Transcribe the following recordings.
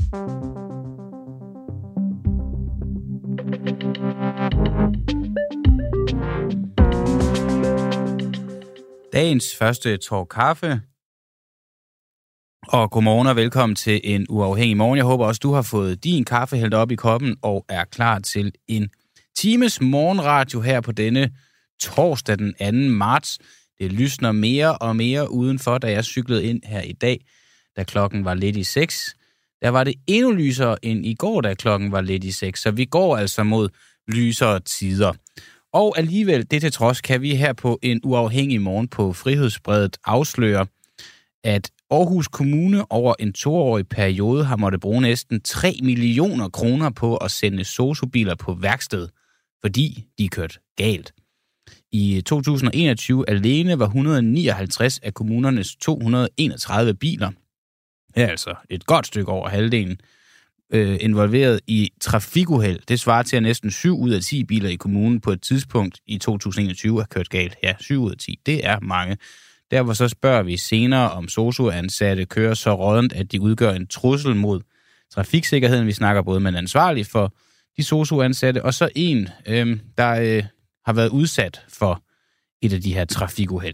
Dagens første tår kaffe. Og godmorgen og velkommen til en uafhængig morgen. Jeg håber også, du har fået din kaffe hældt op i koppen og er klar til en times morgenradio her på denne torsdag den 2. marts. Det lysner mere og mere udenfor, da jeg cyklede ind her i dag, da klokken var lidt i 6. Der var det endnu lysere end i går, da klokken var lidt i 6. Så vi går altså mod lysere tider. Og alligevel, det til trods, kan vi her på en uafhængig morgen på Frihedsbredet afsløre, at Aarhus Kommune over en 2-årig periode har måttet bruge næsten 3 millioner kroner på at sende sosu-biler på værksted, fordi de kørte galt. I 2021 alene var 159 af kommunernes 231 biler, altså et godt stykke over halvdelen, involveret i trafikuheld. Det svarer til, at næsten 7 ud af 10 biler i kommunen på et tidspunkt i 2021 har kørt galt. Ja, 7 ud af 10. Det er mange. Derfor så spørger vi senere, om sosu-ansatte kører så råddent, at de udgør en trussel mod trafiksikkerheden. Vi snakker både med en ansvarlig for de sosu-ansatte, og så en, der har været udsat for et af de her trafikuheld.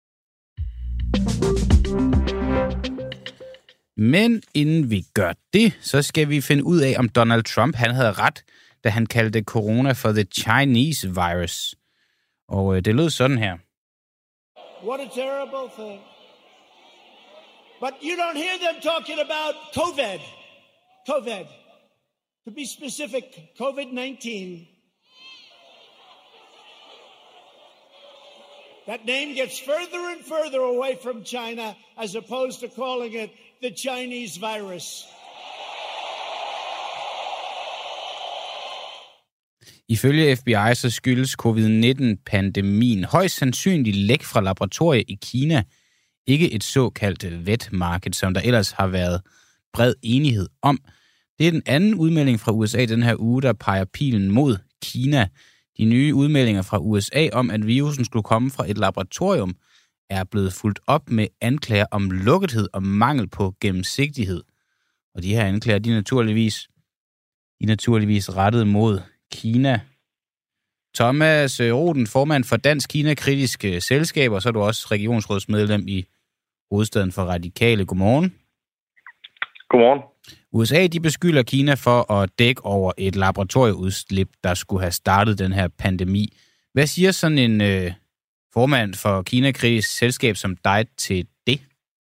Men inden vi gør det, så skal vi finde ud af, om Donald Trump han havde ret, da han kaldte corona for the Chinese virus. Og det lød sådan her. What a terrible thing. But you don't hear them talking about COVID. COVID. To be specific, COVID-19. That name gets further and further away from China as opposed to calling it the Chinese virus. Ifølge FBI så skyldes covid-19-pandemien højst sandsynligt læk fra laboratoriet i Kina, ikke et såkaldt wet market, som der ellers har været bred enighed om. Det er den anden udmelding fra USA den her uge, der peger pilen mod Kina. De nye udmeldinger fra USA om, at virusen skulle komme fra et laboratorium, er blevet fulgt op med anklager om lukkethed og mangel på gennemsigtighed. Og de her anklager, de er naturligvis rettet mod Kina. Thomas Roden, formand for Dansk Kina-kritiske selskaber, så er du også regionsrådsmedlem i hovedstaden for Radikale. Godmorgen. Godmorgen. USA, de beskylder Kina for at dække over et laboratorieudslip, der skulle have startet den her pandemi. Hvad siger sådan en formand for Kina-kritisk selskab som dig til det?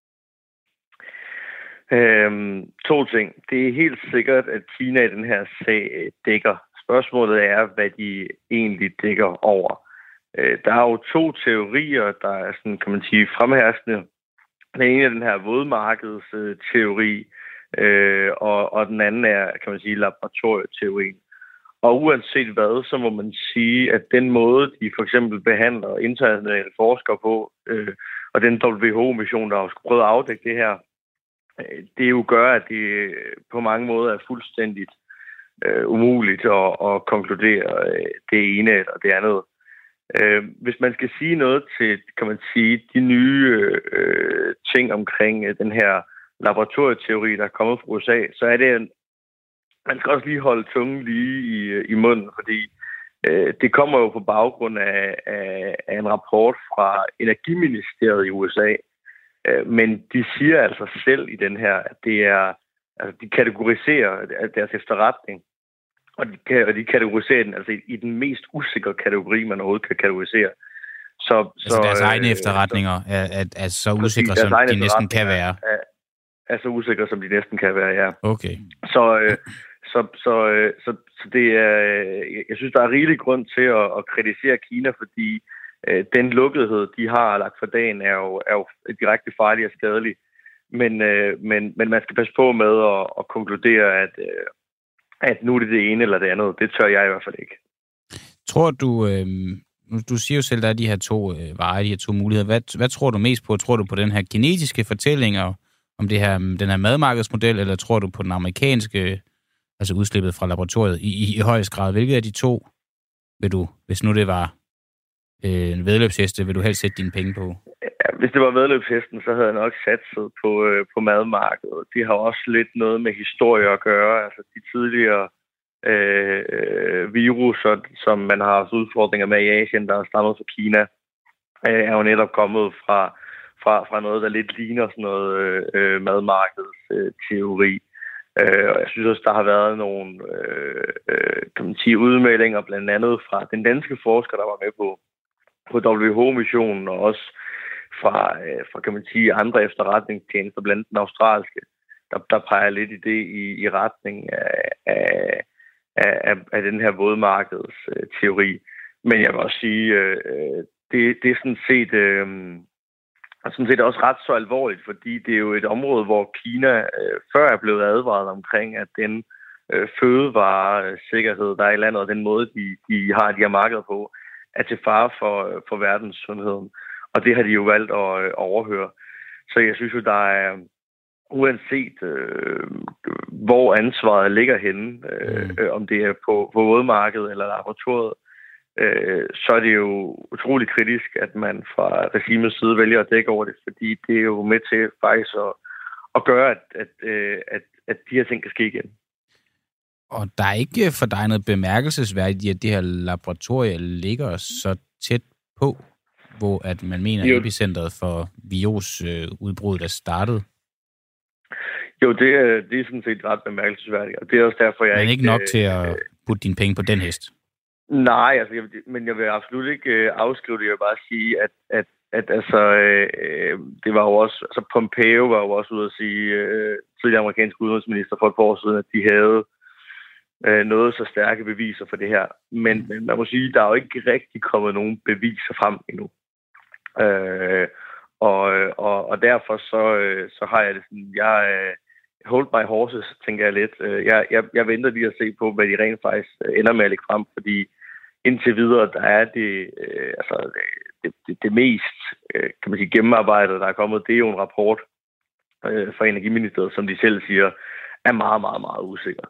2 ting. Det er helt sikkert, at Kina i den her sag dækker. Spørgsmålet er, hvad de egentlig dækker over. Der er jo 2 teorier, der er sådan, kan man sige, fremherskende. Den ene er den her vådmarkedsteori, og den anden er, kan man sige, laboratorieteorien. Og uanset hvad, så må man sige, at den måde, de for eksempel behandler internationale forskere på, og den WHO-mission, der har skulle prøve at afdække det her, det jo gør, at det på mange måder er fuldstændigt umuligt at konkludere det ene eller det andet. Hvis man skal sige noget til, kan man sige, de nye ting omkring den her laboratorieteori, der er kommet fra USA, så er det man skal også lige holde tungen lige i munden, fordi det kommer jo på baggrund af en rapport fra Energiministeriet i USA. Men de siger altså selv i den her, at det er, altså de kategoriserer deres efterretning, og de kategoriserer den altså i den mest usikre kategori, man overhovedet kan kategorisere. Så deres egne efterretninger er så usikre, som de næsten kan være? Er så usikre, som de næsten kan være, ja. Okay. Så det er, jeg synes, der er rigelig grund til at kritisere Kina, fordi den lukkethed, de har lagt for dagen, er jo direkte farlig og skadelig. Men man skal passe på med at konkludere, at nu er det det ene eller det andet. Det tør jeg i hvert fald ikke. Tror du, du siger jo selv, der er de her 2 veje, de her 2 muligheder. Hvad tror du mest på? Tror du på den her genetiske fortælling om det her, den her madmarkedsmodel, eller tror du på den amerikanske, altså udslippet fra laboratoriet i højest grad? Hvilket af de 2 vil du, hvis nu det var en væddeløbsheste, vil du helst sætte dine penge på? hvis det var væddeløbshesten, så havde jeg nok satset på madmarkedet. De har også lidt noget med historie at gøre. Altså de tidligere viruser, som man har haft udfordringer med i Asien, der er stammet fra Kina, er jo netop kommet fra noget, der lidt ligner sådan noget madmarkedsteori. Og jeg synes også, der har været nogle kan man sige, udmeldinger, blandt andet fra den danske forsker, der var med på WHO-missionen, og også fra kan man sige, andre efterretningstjenester, blandt andet den australske, der peger lidt i det i retning af den her vådmarkedsteori. Men jeg vil også sige, det er sådan set også ret så alvorligt, fordi det er jo et område, hvor Kina før er blevet advaret omkring, at den fødevaresikkerhed, der er i landet, og den måde, de har markedet på, er til fare for verdenssundheden. Og det har de jo valgt at overhøre. Så jeg synes jo, der er, uanset hvor ansvaret ligger henne, om det er på vådmarkedet eller laboratoriet, så er det jo utrolig kritisk, at man fra regimets side vælger at dække over det, fordi det er jo med til faktisk at gøre, at de her ting kan ske igen. Og der er ikke for dig noget bemærkelsesværdigt i, at det her laboratorie ligger så tæt på, hvor at man mener, at epicentret for virusudbruddet er startet? Jo, det er sådan set ret bemærkelsesværdigt, og det er også derfor, jeg ikke... Men ikke nok til at putte dine penge på den hest? Nej, altså, men jeg vil absolut ikke afskrive det. Jeg vil bare sige, at altså, det var jo også... Altså, Pompeo var jo også ude at sige, tidligere amerikansk udenrigsminister for et par år siden, at de havde noget så stærke beviser for det her. Men man må sige, der er jo ikke rigtig kommet nogen beviser frem endnu. Og derfor så har jeg det sådan... Hold my horses, tænker jeg lidt. Jeg venter lige at se på, hvad de rent faktisk ender med at lægge frem, fordi indtil videre, der er det mest, kan man sige, gennemarbejdet, der er kommet, det er jo en rapport fra Energiministeriet, som de selv siger, er meget, meget, meget usikker.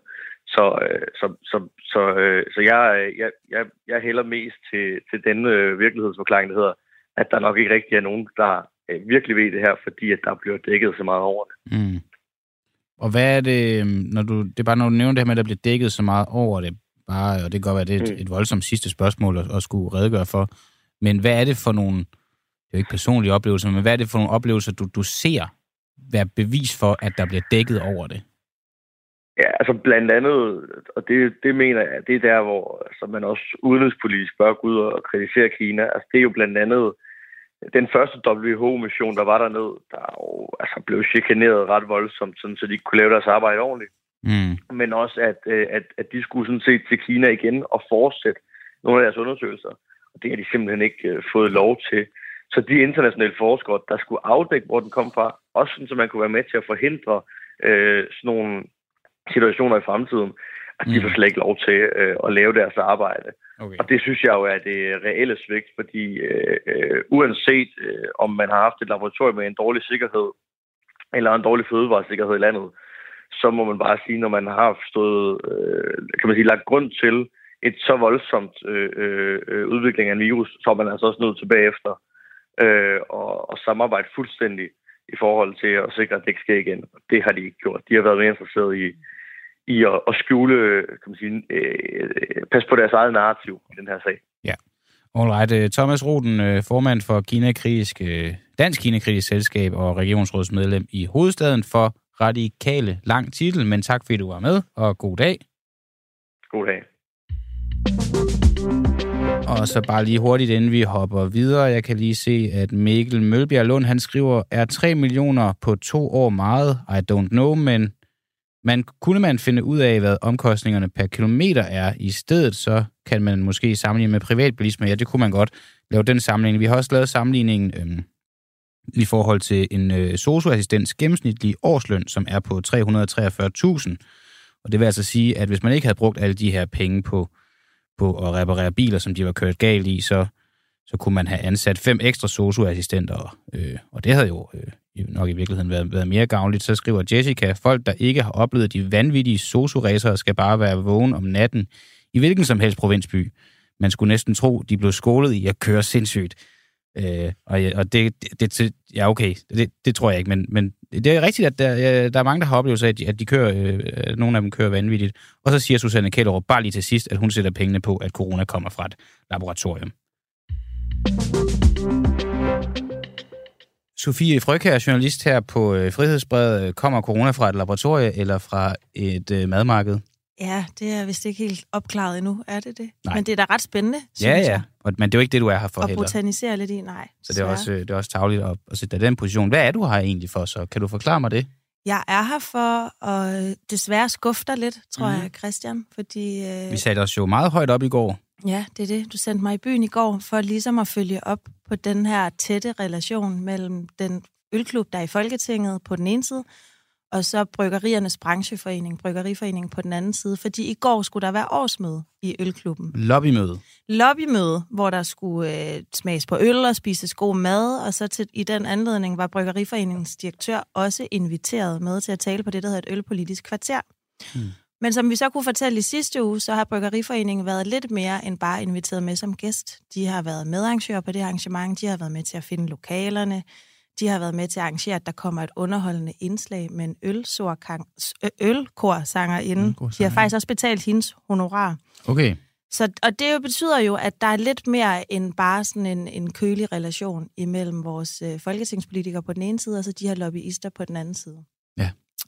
Så jeg hælder mest til den virkelighedsforklaring, der hedder, at der nok ikke rigtig er nogen, der virkelig ved det her, fordi at der bliver dækket så meget over det. Mm. Og hvad er det, når du nævner det her med, at der bliver dækket så meget over det, og det kan godt være, det er et voldsomt sidste spørgsmål at skulle redegøre for, men hvad er det for nogle, det er jo ikke personlige oplevelser, men hvad er det for nogle oplevelser, du ser være bevis for, at der bliver dækket over det? Ja, altså blandt andet, og det mener jeg, det er der, hvor altså, man også udenrigspolitisk bør gå ud og kritisere Kina. Altså det er jo blandt andet den første WHO-mission, der var dernede, der jo altså blev chikaneret ret voldsomt, sådan, så de ikke kunne lave deres arbejde ordentligt. Mm. Men også, at de skulle sådan set til Kina igen og fortsætte nogle af deres undersøgelser. Og det har de simpelthen ikke fået lov til. Så de internationale forskere, der skulle afdække, hvor den kom fra, også sådan, så man kunne være med til at forhindre sådan nogle situationer i fremtiden, at de får slet ikke lov til at lave deres arbejde. Okay. Og det synes jeg jo er det reelle svigt, fordi uanset om man har haft et laboratorium med en dårlig sikkerhed, eller en dårlig fødevaresikkerhed i landet, så må man bare sige, når man har stået, kan man sige, lagt grund til et så voldsomt udvikling af en virus, så er man altså også nødt tilbage efter og samarbejde fuldstændig i forhold til at sikre, at det ikke sker igen. Det har de ikke gjort. De har været mere interesseret i at skjule, kan man sige, pas på deres eget narrativ i den her sag. Ja. Alright. Thomas Rothen, formand for Dansk Kina-kritisk Selskab og regionsrådsmedlem i hovedstaden for Radikale. Lang titel, men tak fordi du var med, og god dag. God dag. Og så bare lige hurtigt, inden vi hopper videre. Jeg kan lige se, at Mikkel Mølbjerg Lund, han skriver, er 3 millioner på 2 år meget? I don't know, men kunne man finde ud af, hvad omkostningerne per kilometer er i stedet, så kan man måske sammenligne med privatbilisme. Ja, det kunne man godt lave den sammenligning. Vi har også lavet sammenligningen i forhold til en sosu-assistents gennemsnitlige årsløn, som er på 343.000. Og det vil altså sige, at hvis man ikke havde brugt alle de her penge på at reparere biler, som de var kørt galt i, så kunne man have ansat 5 ekstra sosu-assistenter, og det havde jo nok i virkeligheden været mere gavnligt. Så skriver Jessica, folk, der ikke har oplevet de vanvittige sosu-racere, skal bare være vågen om natten i hvilken som helst provinsby. Man skulle næsten tro, de blev skålet i at køre sindssygt. Og ja, okay, det tror jeg ikke, men det er rigtigt, at der er mange, der har oplevet sig, at de kører, nogle af dem kører vanvittigt. Og så siger Susanne Kjellerup bare lige til sidst, at hun sætter pengene på, at corona kommer fra et laboratorium. Sofie Frøkjær, journalist her på Frihedsbrevet. Kommer corona fra et laboratorie eller fra et madmarked? Ja, det er vist ikke helt opklaret endnu, er det? Nej. Men det er da ret spændende, synes jeg. Men det er jo ikke det, du er her for heller. Og botanisere lidt i, nej. Så det er også tarveligt at sætte dig i den position. Hvad er du her egentlig for, så? Kan du forklare mig det? Jeg er her for at desværre skuffe dig lidt, tror jeg, Christian, fordi... Vi satte os jo meget højt op i går. Ja, det er det. Du sendte mig i byen i går for ligesom at følge op på den her tætte relation mellem den ølklub, der er i Folketinget på den ene side, og så Bryggeriernes Brancheforening, Bryggeriforeningen på den anden side, fordi i går skulle der være årsmøde i ølklubben. Lobbymøde, hvor der skulle smages på øl og spises god mad, og så i den anledning var Bryggeriforeningens direktør også inviteret med til at tale på det, der hedder et ølpolitisk kvarter. Men som vi så kunne fortælle i sidste uge, så har Bryggeriforeningen været lidt mere end bare inviteret med som gæst. De har været medarrangører på det arrangement, de har været med til at finde lokalerne, de har været med til at arrangere, at der kommer et underholdende indslag med en ølkorsanger inden. De har faktisk også betalt hendes honorar. Okay. Og det betyder jo, at der er lidt mere end bare sådan en kølig relation imellem vores folketingspolitikere på den ene side, og så de her lobbyister på den anden side. Ja.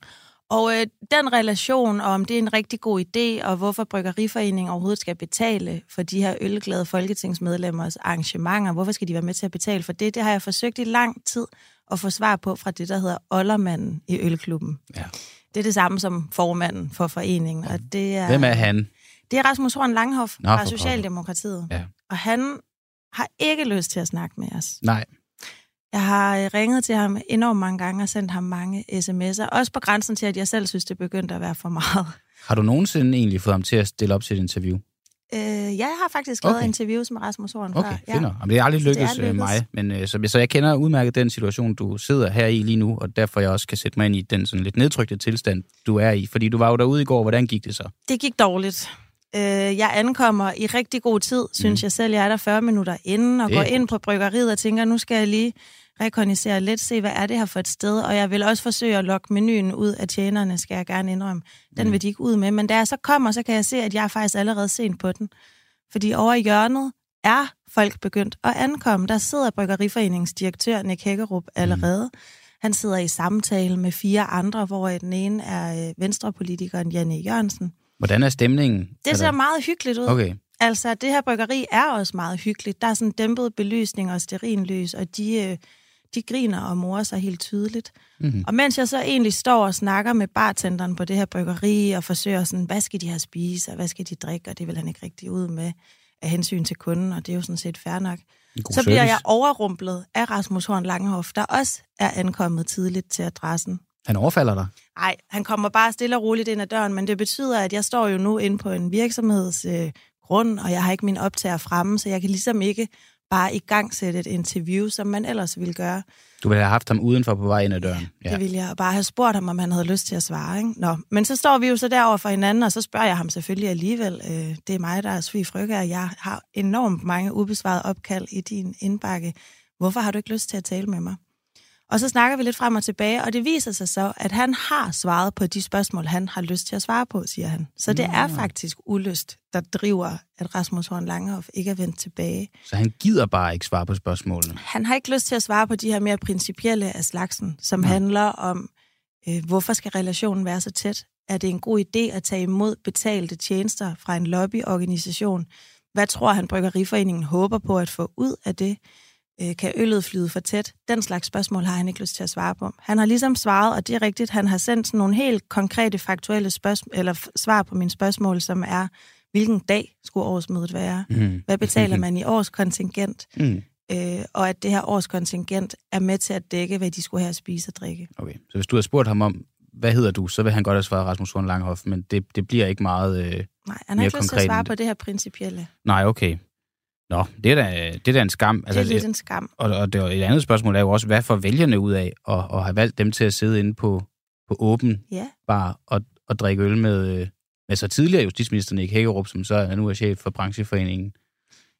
Og den relation, og om det er en rigtig god idé, og hvorfor Bryggeriforeningen overhovedet skal betale for de her ølglade folketingsmedlemmers arrangementer, hvorfor skal de være med til at betale for det, det har jeg forsøgt i lang tid at få svar på fra det, der hedder oldermanden i ølklubben. Ja. Det er det samme som formanden for foreningen. Og det er, hvem er han? Det er Rasmus Horn Langhoff fra Socialdemokratiet. Ja. Og han har ikke lyst til at snakke med os. Nej. Jeg har ringet til ham enormt mange gange og sendt ham mange sms'er. Også på grænsen til, at jeg selv synes, det begyndte at være for meget. Har du nogensinde egentlig fået ham til at stille op til et interview? Jeg har faktisk lavet interviews med Rasmus Horn før. Okay, finder. Ja. Det er aldrig lykkedes mig. Men så jeg kender udmærket den situation, du sidder her i lige nu, og derfor jeg også kan sætte mig ind i den sådan lidt nedtrykte tilstand, du er i. Fordi du var jo derude i går. Hvordan gik det så? Det gik dårligt. Jeg ankommer i rigtig god tid, synes jeg selv. Jeg er der 40 minutter inden og går ind på bryggeriet og tænker, nu skal jeg lige rekognoscere lidt, se hvad er det her for et sted. Og jeg vil også forsøge at lokke menuen ud af tjenerne, skal jeg gerne indrømme. Den vil de ikke ud med. Men da jeg så kommer, så kan jeg se, at jeg er faktisk allerede sent på den. Fordi over i hjørnet er folk begyndt at ankomme. Der sidder Bryggeriforeningens direktør, Nick Hækkerup, allerede. Han sidder i samtale med 4 andre, hvor den ene er venstrepolitikeren Janne Jørgensen. Hvordan er stemningen? Det ser meget hyggeligt ud. Okay. Altså, det her bryggeri er også meget hyggeligt. Der er sådan dæmpet belysning og stearinlys, og de griner og morer sig helt tydeligt. Mm-hmm. Og mens jeg så egentlig står og snakker med bartenderen på det her bryggeri, og forsøger sådan, hvad skal de have spise, og hvad skal de drikke, og det vil han ikke rigtig ud med af hensyn til kunden, og det er jo sådan set fair nok. Så bliver jeg overrumplet af Rasmus Horn Langhoff, der også er ankommet tidligt til adressen. Han overfalder dig? Nej, han kommer bare stille og roligt ind ad døren, men det betyder, at jeg står jo nu inde på en virksomhedsgrund, og jeg har ikke min optager fremme, så jeg kan ligesom ikke bare i gang sætte et interview, som man ellers ville gøre. Du ville have haft ham udenfor på vej ind ad døren? Ja, det ville jeg, bare have spurgt ham, om han havde lyst til at svare. Ikke? Nå, men så står vi jo så derover for hinanden, og så spørger jeg ham selvfølgelig alligevel. Det er mig, der er Sofie Frøkjær, og jeg har enormt mange ubesvarede opkald i din indbakke. Hvorfor har du ikke lyst til at tale med mig? Og så snakker vi lidt frem og tilbage, og det viser sig så, at han har svaret på de spørgsmål, han har lyst til at svare på, siger han. Så det er faktisk ulyst, der driver, at Rasmus Horn Langhoff ikke er vendt tilbage. Så han gider bare ikke svare på spørgsmålene? Han har ikke lyst til at svare på de her mere principielle af slagsen, som handler om, hvorfor skal relationen være så tæt? Er det en god idé at tage imod betalte tjenester fra en lobbyorganisation? Hvad tror han, Bryggeriforeningen håber på at få ud af det? Kan øllet flyde for tæt? Den slags spørgsmål har han ikke lyst til at svare på. Han har ligesom svaret, og det er rigtigt, han har sendt sådan nogle helt konkrete, faktuelle svar på mine spørgsmål, som er, hvilken dag skulle årsmødet være? Hvad betaler man i årskontingent? Og at det her årskontingent er med til at dække, hvad de skulle have at spise og drikke. Okay, så hvis du har spurgt ham om, hvad hedder du, så vil han godt have svaret Rasmus Horn Langhoff, men det bliver ikke meget Nej, han har ikke lyst til at svare på det her principielle. Nej, okay. Nå, det er da en skam. Det er lidt en skam. Og det er et andet spørgsmål er jo også, hvad får vælgerne ud af at have valgt dem til at sidde inde på åben bar og drikke øl med så tidligere justitsminister Nick Hækkerup, som så er nu er chef for brancheforeningen.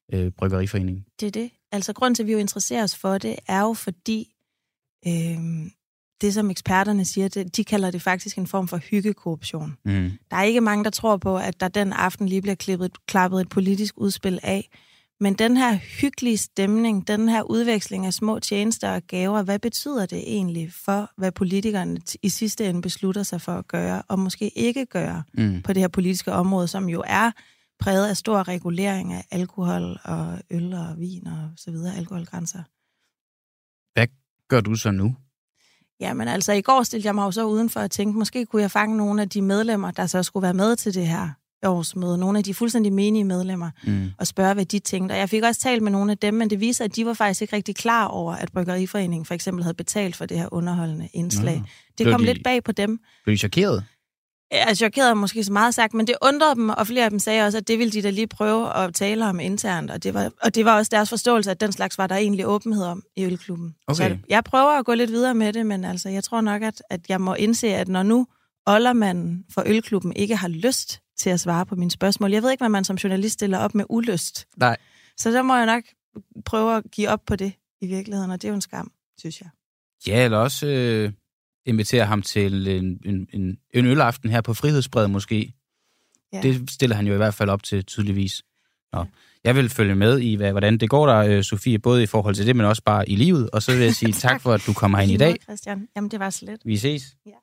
Bryggeriforeningen. Det er det. Altså, grunden til, at vi jo interesserer os for det, er jo fordi, det som eksperterne siger, de kalder det faktisk en form for hyggekorruption. Der er ikke mange, der tror på, at der den aften lige bliver klappet et politisk udspil af. Men den her hyggelige stemning, den her udveksling af små tjenester og gaver, hvad betyder det egentlig for, hvad politikerne i sidste ende beslutter sig for at gøre, og måske ikke gøre på det her politiske område, som jo er præget af stor regulering af alkohol og øl og vin og så videre, alkoholgrænser. Hvad gør du så nu? Jamen altså, i går stillede jeg mig jo så udenfor og tænkte, måske kunne jeg fange nogle af de medlemmer, der så skulle være med til det her årsmøde, nogle af de fuldstændig menige medlemmer, og spørge, hvad de tænkte. Og jeg fik også talt med nogle af dem, men det viser, at de var faktisk ikke rigtig klar over, at Bryggeriforeningen for eksempel havde betalt for det her underholdende indslag. Det kom lidt bag på dem. Blev de chokeret? Ja, chokeret er måske så meget sagt, men det undrede dem, og flere af dem sagde også, at det ville de da lige prøve at tale om internt, og det var også deres forståelse, at den slags var der egentlig åbenhed om i ølklubben. Okay. Så jeg prøver at gå lidt videre med det, men altså, jeg tror nok, at jeg må indse, at når nu oldermanden for ølklubben ikke har lyst til at svare på mine spørgsmål. Jeg ved ikke, hvad man som journalist stiller op med ulyst. Nej. Så der må jeg nok prøve at give op på det i virkeligheden, og det er jo en skam, synes jeg. Ja, eller også invitere ham til en ølaften her på Frihedsbredet måske. Ja. Det stiller han jo i hvert fald op til tydeligvis. Nå. Jeg vil følge med i, hvordan det går der, Sofie, både i forhold til det, men også bare i livet. Og så vil jeg sige tak for, at du kommer herind i dag. Christian. Jamen, det var slet. Vi ses. Ja.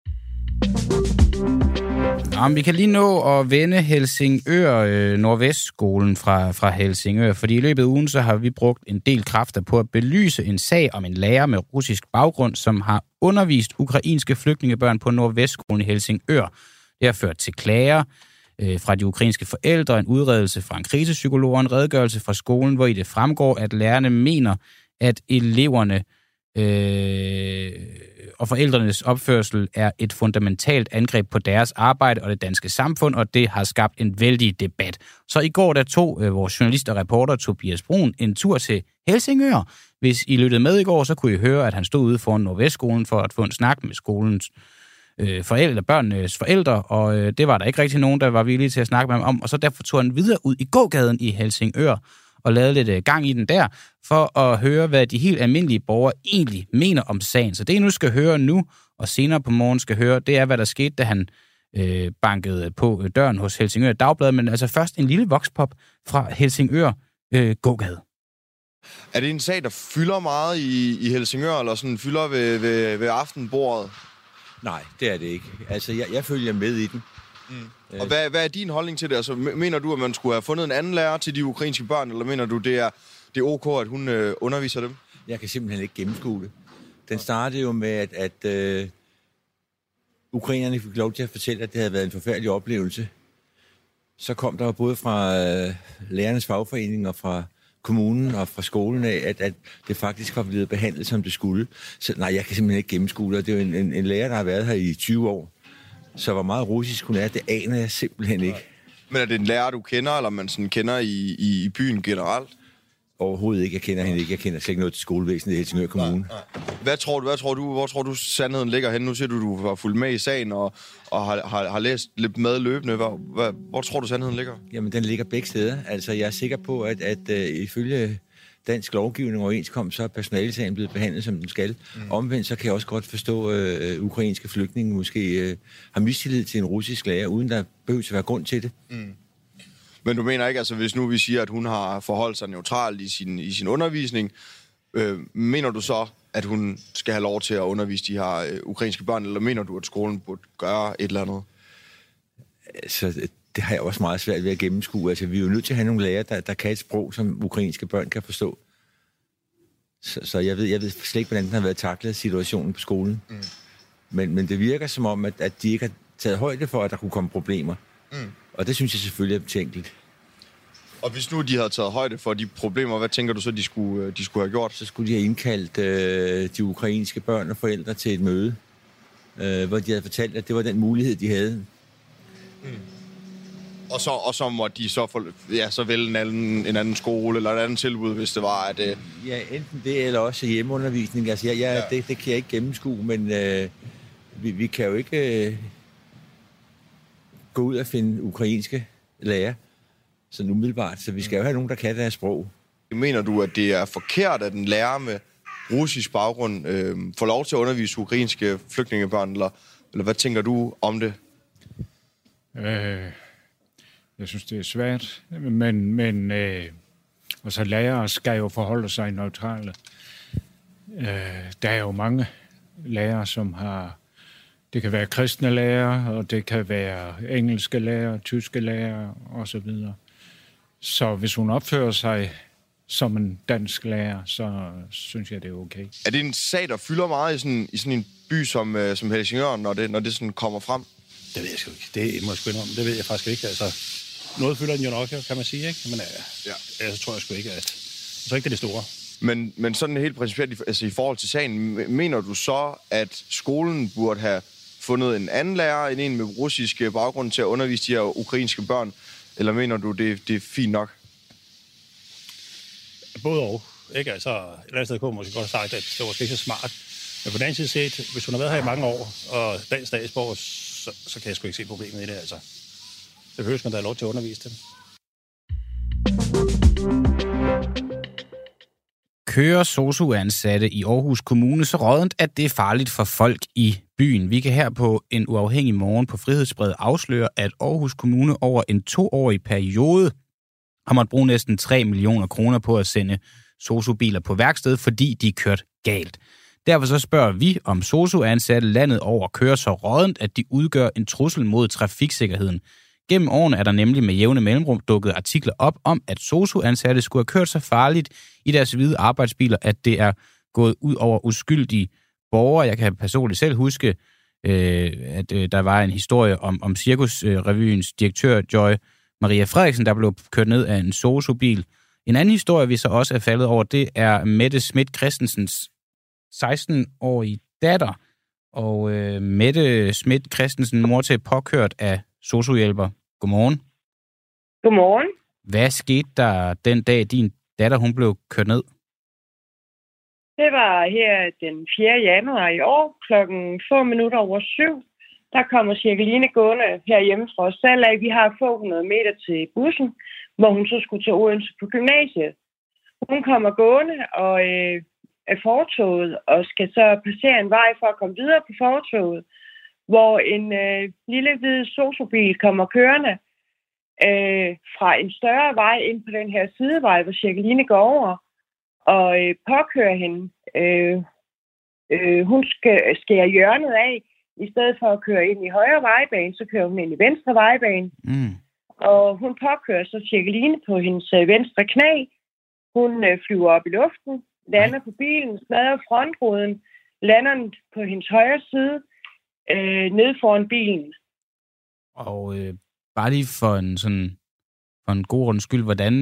Jamen, vi kan lige nå at vende Helsingør Nordvestskolen fra Helsingør, fordi i løbet af ugen så har vi brugt en del kræfter på at belyse en sag om en lærer med russisk baggrund, som har undervist ukrainske flygtningebørn på Nordvestskolen i Helsingør. Det har ført til klager fra de ukrainske forældre, en udredelse fra en krisepsykolog og en redegørelse fra skolen, hvor i det fremgår, at lærerne mener, at eleverne og forældrenes opførsel er et fundamentalt angreb på deres arbejde og det danske samfund, og det har skabt en vældig debat. Så i går der tog vores journalist og reporter Tobias Brun en tur til Helsingør. Hvis I lyttede med i går, så kunne I høre, at han stod ude foran Nordvestskolen for at få en snak med skolens børnenes forældre, og det var der ikke rigtig nogen, der var villige til at snakke med ham om, og så derfor tog han videre ud i gågaden i Helsingør og lavede lidt gang i den der, for at høre, hvad de helt almindelige borgere egentlig mener om sagen. Så det, I nu skal høre nu, og senere på morgen skal høre, det er, hvad der skete, da han bankede på døren hos Helsingør Dagblad, men altså først en lille vokspop fra Helsingør gågade. Er det en sag, der fylder meget i Helsingør, eller sådan fylder ved aftenbordet? Nej, det er det ikke. Altså, jeg følger med i den. Og hvad er din holdning til det? Altså, mener du, at man skulle have fundet en anden lærer til de ukrainske børn, eller mener du, det er ok, at hun underviser dem? Jeg kan simpelthen ikke gennemskue det. Den startede jo med, at ukrainerne fik lov til at fortælle, at det havde været en forfærdelig oplevelse. Så kom der jo både fra lærernes fagforening og fra kommunen og fra skolen af, at det faktisk var blevet behandlet, som det skulle. Så nej, jeg kan simpelthen ikke gennemskue det. Det er jo en lærer, der har været her i 20 år. Så hvor meget russisk hun er, det aner jeg simpelthen ikke. Men er det en lærer, du kender, eller man sådan kender i byen generelt? Overhovedet ikke. Jeg kender hende ikke. Jeg kender slet ikke noget til skolevæsenet i Helsingør Kommune. Nej. Hvor tror du sandheden ligger hen? Nu siger du har fulgt med i sagen og har læst lidt med løbende. Hvor tror du sandheden ligger? Jamen, den ligger begge steder. Altså, jeg er sikker på, at ifølge dansk lovgivning og overenskomst, så er personalesagen blevet behandlet, som den skal. Omvendt, så kan jeg også godt forstå, at ukrainske flygtninge måske har mistillid til en russisk lærer, uden der behøver at være grund til det. Men du mener ikke, altså hvis nu vi siger, at hun har forholdt sig neutralt i sin undervisning, mener du så, at hun skal have lov til at undervise de her ukrainske børn, eller mener du, at skolen burde gøre et eller andet? Altså, det har jeg også meget svært ved at gennemskue. Altså, vi er jo nødt til at have nogle lærere, der kan et sprog, som ukrainske børn kan forstå. Så jeg ved slet ikke, hvordan den har været taklet situationen på skolen. Men det virker som om, at de ikke har taget højde for, at der kunne komme problemer. Og det synes jeg selvfølgelig er betænkeligt. Og hvis nu de havde taget højde for de problemer, hvad tænker du så, de skulle have gjort? Så skulle de have indkaldt de ukrainske børn og forældre til et møde, hvor de havde fortalt, at det var den mulighed, de havde. Og så må de så vælge en anden skole eller et andet tilbud, hvis det var, at... Ja, enten det, eller også hjemmeundervisning. Altså, det kan jeg ikke gennemskue, men vi kan jo ikke gå ud og finde ukrainske lærer sådan umiddelbart. Så vi skal jo have nogen, der kan deres sprog. Mener du, at det er forkert, at en lærer med russisk baggrund får lov til at undervise ukrainske flygtningebørn, eller hvad tænker du om det? Jeg synes, det er svært, men altså, lærere skal jo forholde sig neutrale. Der er jo mange lærere, som har... Det kan være kristne lærere, og det kan være engelske lærere, tyske lærere osv. Så hvis hun opfører sig som en dansk lærer, så synes jeg, det er okay. Er det en sag, der fylder meget i sådan en by som Helsingør, når det sådan kommer frem? Det ved jeg sgu ikke. Det må jeg sgu indrømme. Det ved jeg faktisk ikke. Altså, noget fylder den jo nok, kan man sige, ikke? Men så tror jeg sgu ikke, at... Så ikke det er det store. Men sådan helt principielt, altså i forhold til sagen, mener du så, at skolen burde have fundet en anden lærer end en med russisk baggrund til at undervise de her ukrainske børn? Eller mener du, det er fint nok? Både og. Ikke? Altså, et eller andet sted kunne man måske godt have sagt, at det var måske ikke så smart. Men på den anden side set, hvis hun har været her i mange år, og dansk statsborger, så kan jeg sgu ikke se problemet i det. Altså. Så behøver man da have lov til at undervise dem. Kører sosu-ansatte i Aarhus Kommune så rådent, at det er farligt for folk i byen. Vi kan her på en uafhængig morgen på Frihedsbrevet afsløre, at Aarhus Kommune over en 2-årig periode har måttet bruge næsten 3 millioner kroner på at sende sosu-biler på værksted, fordi de er kørt galt. Derfor så spørger vi, om sosu-ansatte landet over kører så rådent, at de udgør en trussel mod trafiksikkerheden. Gennem årene er der nemlig med jævne mellemrum dukket artikler op om, at sosu-ansatte skulle have kørt så farligt i deres hvide arbejdsbiler, at det er gået ud over uskyldige borgere. Jeg kan personligt selv huske, at der var en historie om Cirkusrevyens direktør Joy Maria Frederiksen, der blev kørt ned af en sosu-bil. En anden historie, vi så også er faldet over, det er Mette Schmidt Christensens 16-årige datter. Og Mette Schmidt Christensen, mor til påkørt af sosu-hjælper. Godmorgen. Godmorgen. Hvad skete der den dag, din datter hun blev kørt ned? Det var her den 4. januar i år, klokken 7:05. Der kommer Cirkeline gående herhjemme fra os selv af. Vi har få 100 meter til bussen, hvor hun så skulle til Odense på gymnasiet. Hun kommer gående og er fortoget og skal så passere en vej for at komme videre på fortoget, hvor en lille hvid sosu-bil kommer kørende fra en større vej ind på den her sidevej, hvor Cirkeline går over og påkører hende. Hun skærer hjørnet af. I stedet for at køre ind i højre vejbane, så kører hun ind i venstre vejbane. Og hun påkører så Cirkeline på hendes venstre knæ. Hun flyver op i luften, lander på bilen, smadrer frontruden, lander på hendes højre side, ned foran bilen. Og bare lige for en god runds skyld, hvordan...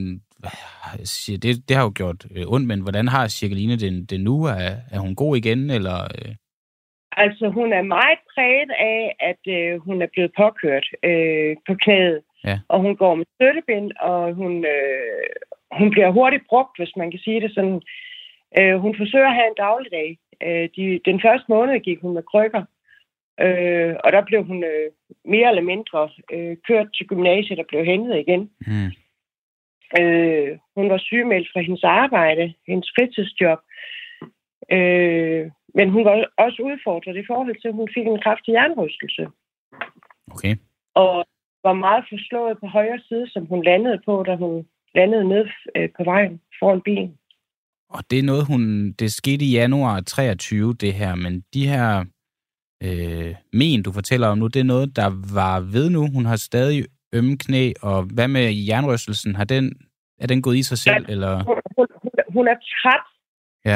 Det har jo gjort ondt, men hvordan har Cirkeline det nu? Er hun god igen, eller... Altså, hun er meget præget af, at hun er blevet påkørt på knæet. Ja. Og hun går med støttebind, og hun bliver hurtigt brugt, hvis man kan sige det sådan. Hun forsøger at have en dagligdag. Den første måned gik hun med krykker. Og der blev hun mere eller mindre kørt til gymnasiet og blev hentet igen. Hun var sygemeldt fra hendes arbejde, hendes fritidsjob. Men hun var også udfordret i forhold til, at hun fik en kraftig hjernerystelse. Okay. Og var meget forslået på højre side, som hun landede på, da hun landede ned på vejen foran bilen. Og det er noget, det skete i januar 23, det her, men de her men, du fortæller om nu, det er noget, der var ved nu. Hun har stadig ømme knæ, og hvad med hjernerystelsen? Er den gået i sig selv, ja, eller? Hun er træt. Ja.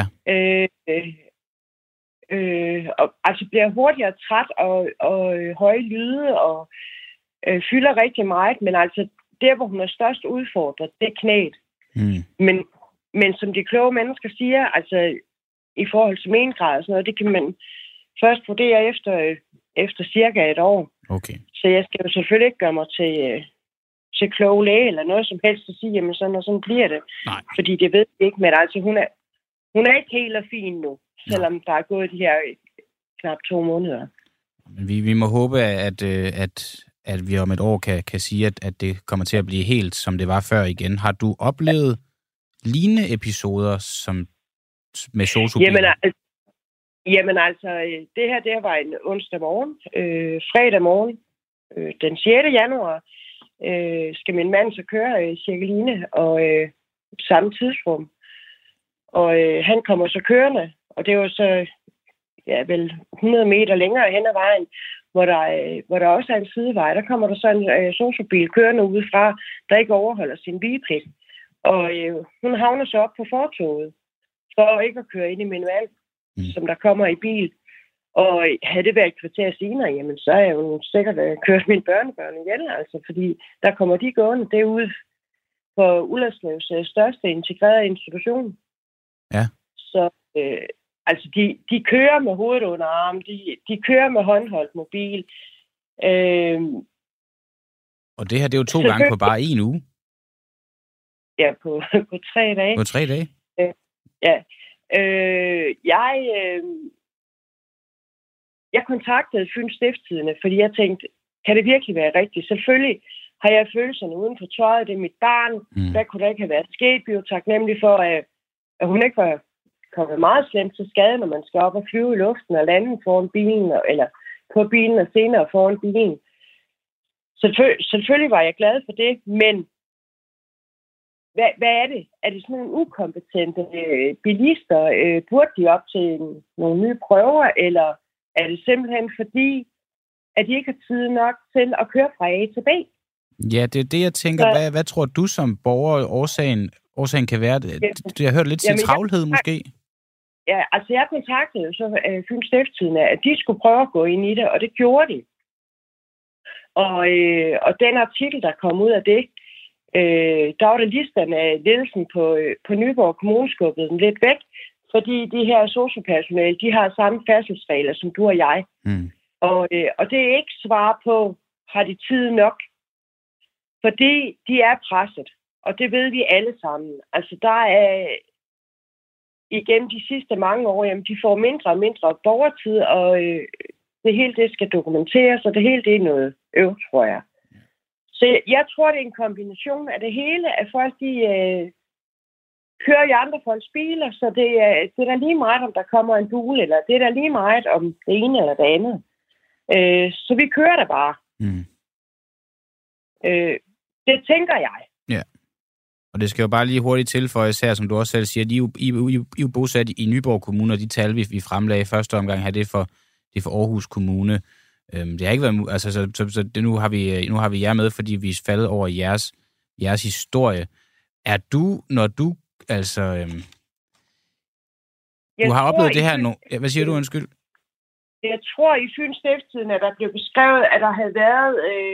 Og altså bliver hurtigere træt og høje lyde og fylder rigtig meget, men altså der, hvor hun er størst udfordret, det er knæet. Men som de kloge mennesker siger, altså i forhold til mengrad og sådan noget, det kan man først vurdere efter cirka et år. Okay. Så jeg skal jo selvfølgelig ikke gøre mig til kloge læge eller noget som helst at sige, jamen sådan bliver det. Nej. Fordi det ved jeg ikke, men altså hun er ikke helt og fin nu, selvom der er gået de her knap 2 måneder. Men vi må håbe, at vi om et år kan sige, at det kommer til at blive helt, som det var før igen. Har du oplevet lignende episoder som med sosu-biler? Jamen altså, det her var en onsdag morgen. Fredag morgen, den 6. januar, skal min mand så køre Cirkeline og samme tidsrum. Og han kommer så kørende, og det var så vel 100 meter længere hen ad vejen, hvor der også er en sidevej. Der kommer der så en sosu-bil kørende udefra, der ikke overholder sin vigepligt. Og hun havner så op på fortovet, for ikke at køre ind i manual, som der kommer i bil. Og havde det været et kvarter senere, jamen så er jeg jo sikkert kørt mine børnebørn igen, altså, fordi der kommer de gående derude på Ullerslevs største integrerede institution. Ja. Så altså, de kører med hovedet under armen, de kører med håndholdt mobil. Og det her, det er jo 2 gange på bare 1 uge. Ja, på 3 dage. På 3 dage? Ja. Jeg kontaktede Fyns Stiftstidende, fordi jeg tænkte, kan det virkelig være rigtigt? Selvfølgelig har jeg følelserne uden for tøjet, det er mit barn. Hvad kunne der ikke have været sket? Vi er jo taknemmelig for, at hun ikke var kommet meget slemt til skade, når man skal op og flyve i luften og lande foran bilen, eller på bilen og senere foran bilen. Selvfølgelig var jeg glad for det, men hvad er det? Er det sådan nogle ukompetente bilister? Burde de op til nogle nye prøver, eller er det simpelthen fordi, at de ikke har tid nok til at køre fra A til B? Ja, det er det, jeg tænker. Hvad tror du som borger, årsagen kan være? Jeg har hørt lidt til travlhed måske. Ja, altså jeg kontaktede så Fyns Stiftstidende, at de skulle prøve at gå ind i det, og det gjorde de. Og den artikel, der kom ud af det, der var det listen af ledelsen på Nyborg Kommune skubbet den lidt væk, fordi de her sosu-personale, de har samme færdselsregler som du og jeg. Og det er ikke svar på, har de tid nok? Fordi de er presset, og det ved vi alle sammen. Altså der er igennem de sidste mange år, jamen, de får mindre og mindre borgertid, og det hele det skal dokumenteres, og det hele det er noget tror jeg. Så jeg tror, det er en kombination af det hele, at folk de kører i andre folks biler, så det er da lige meget, om der kommer en bule, eller det er da lige meget om det ene eller det andet. Så vi kører der bare. Det tænker jeg. Ja. Og det skal jo bare lige hurtigt tilføjes her, som du også selv siger, I er jo bosat i Nyborg Kommune, og de tal, vi fremlagde i første omgang her, det er for Aarhus Kommune. Det har ikke været, altså, så det, nu har vi jer med, fordi vi er faldet over jeres historie. Er du, når du, altså... du har oplevet det her nu. Hvad siger du, undskyld? Jeg tror, i Fyns Stiftstidende, at der blev beskrevet, at der havde været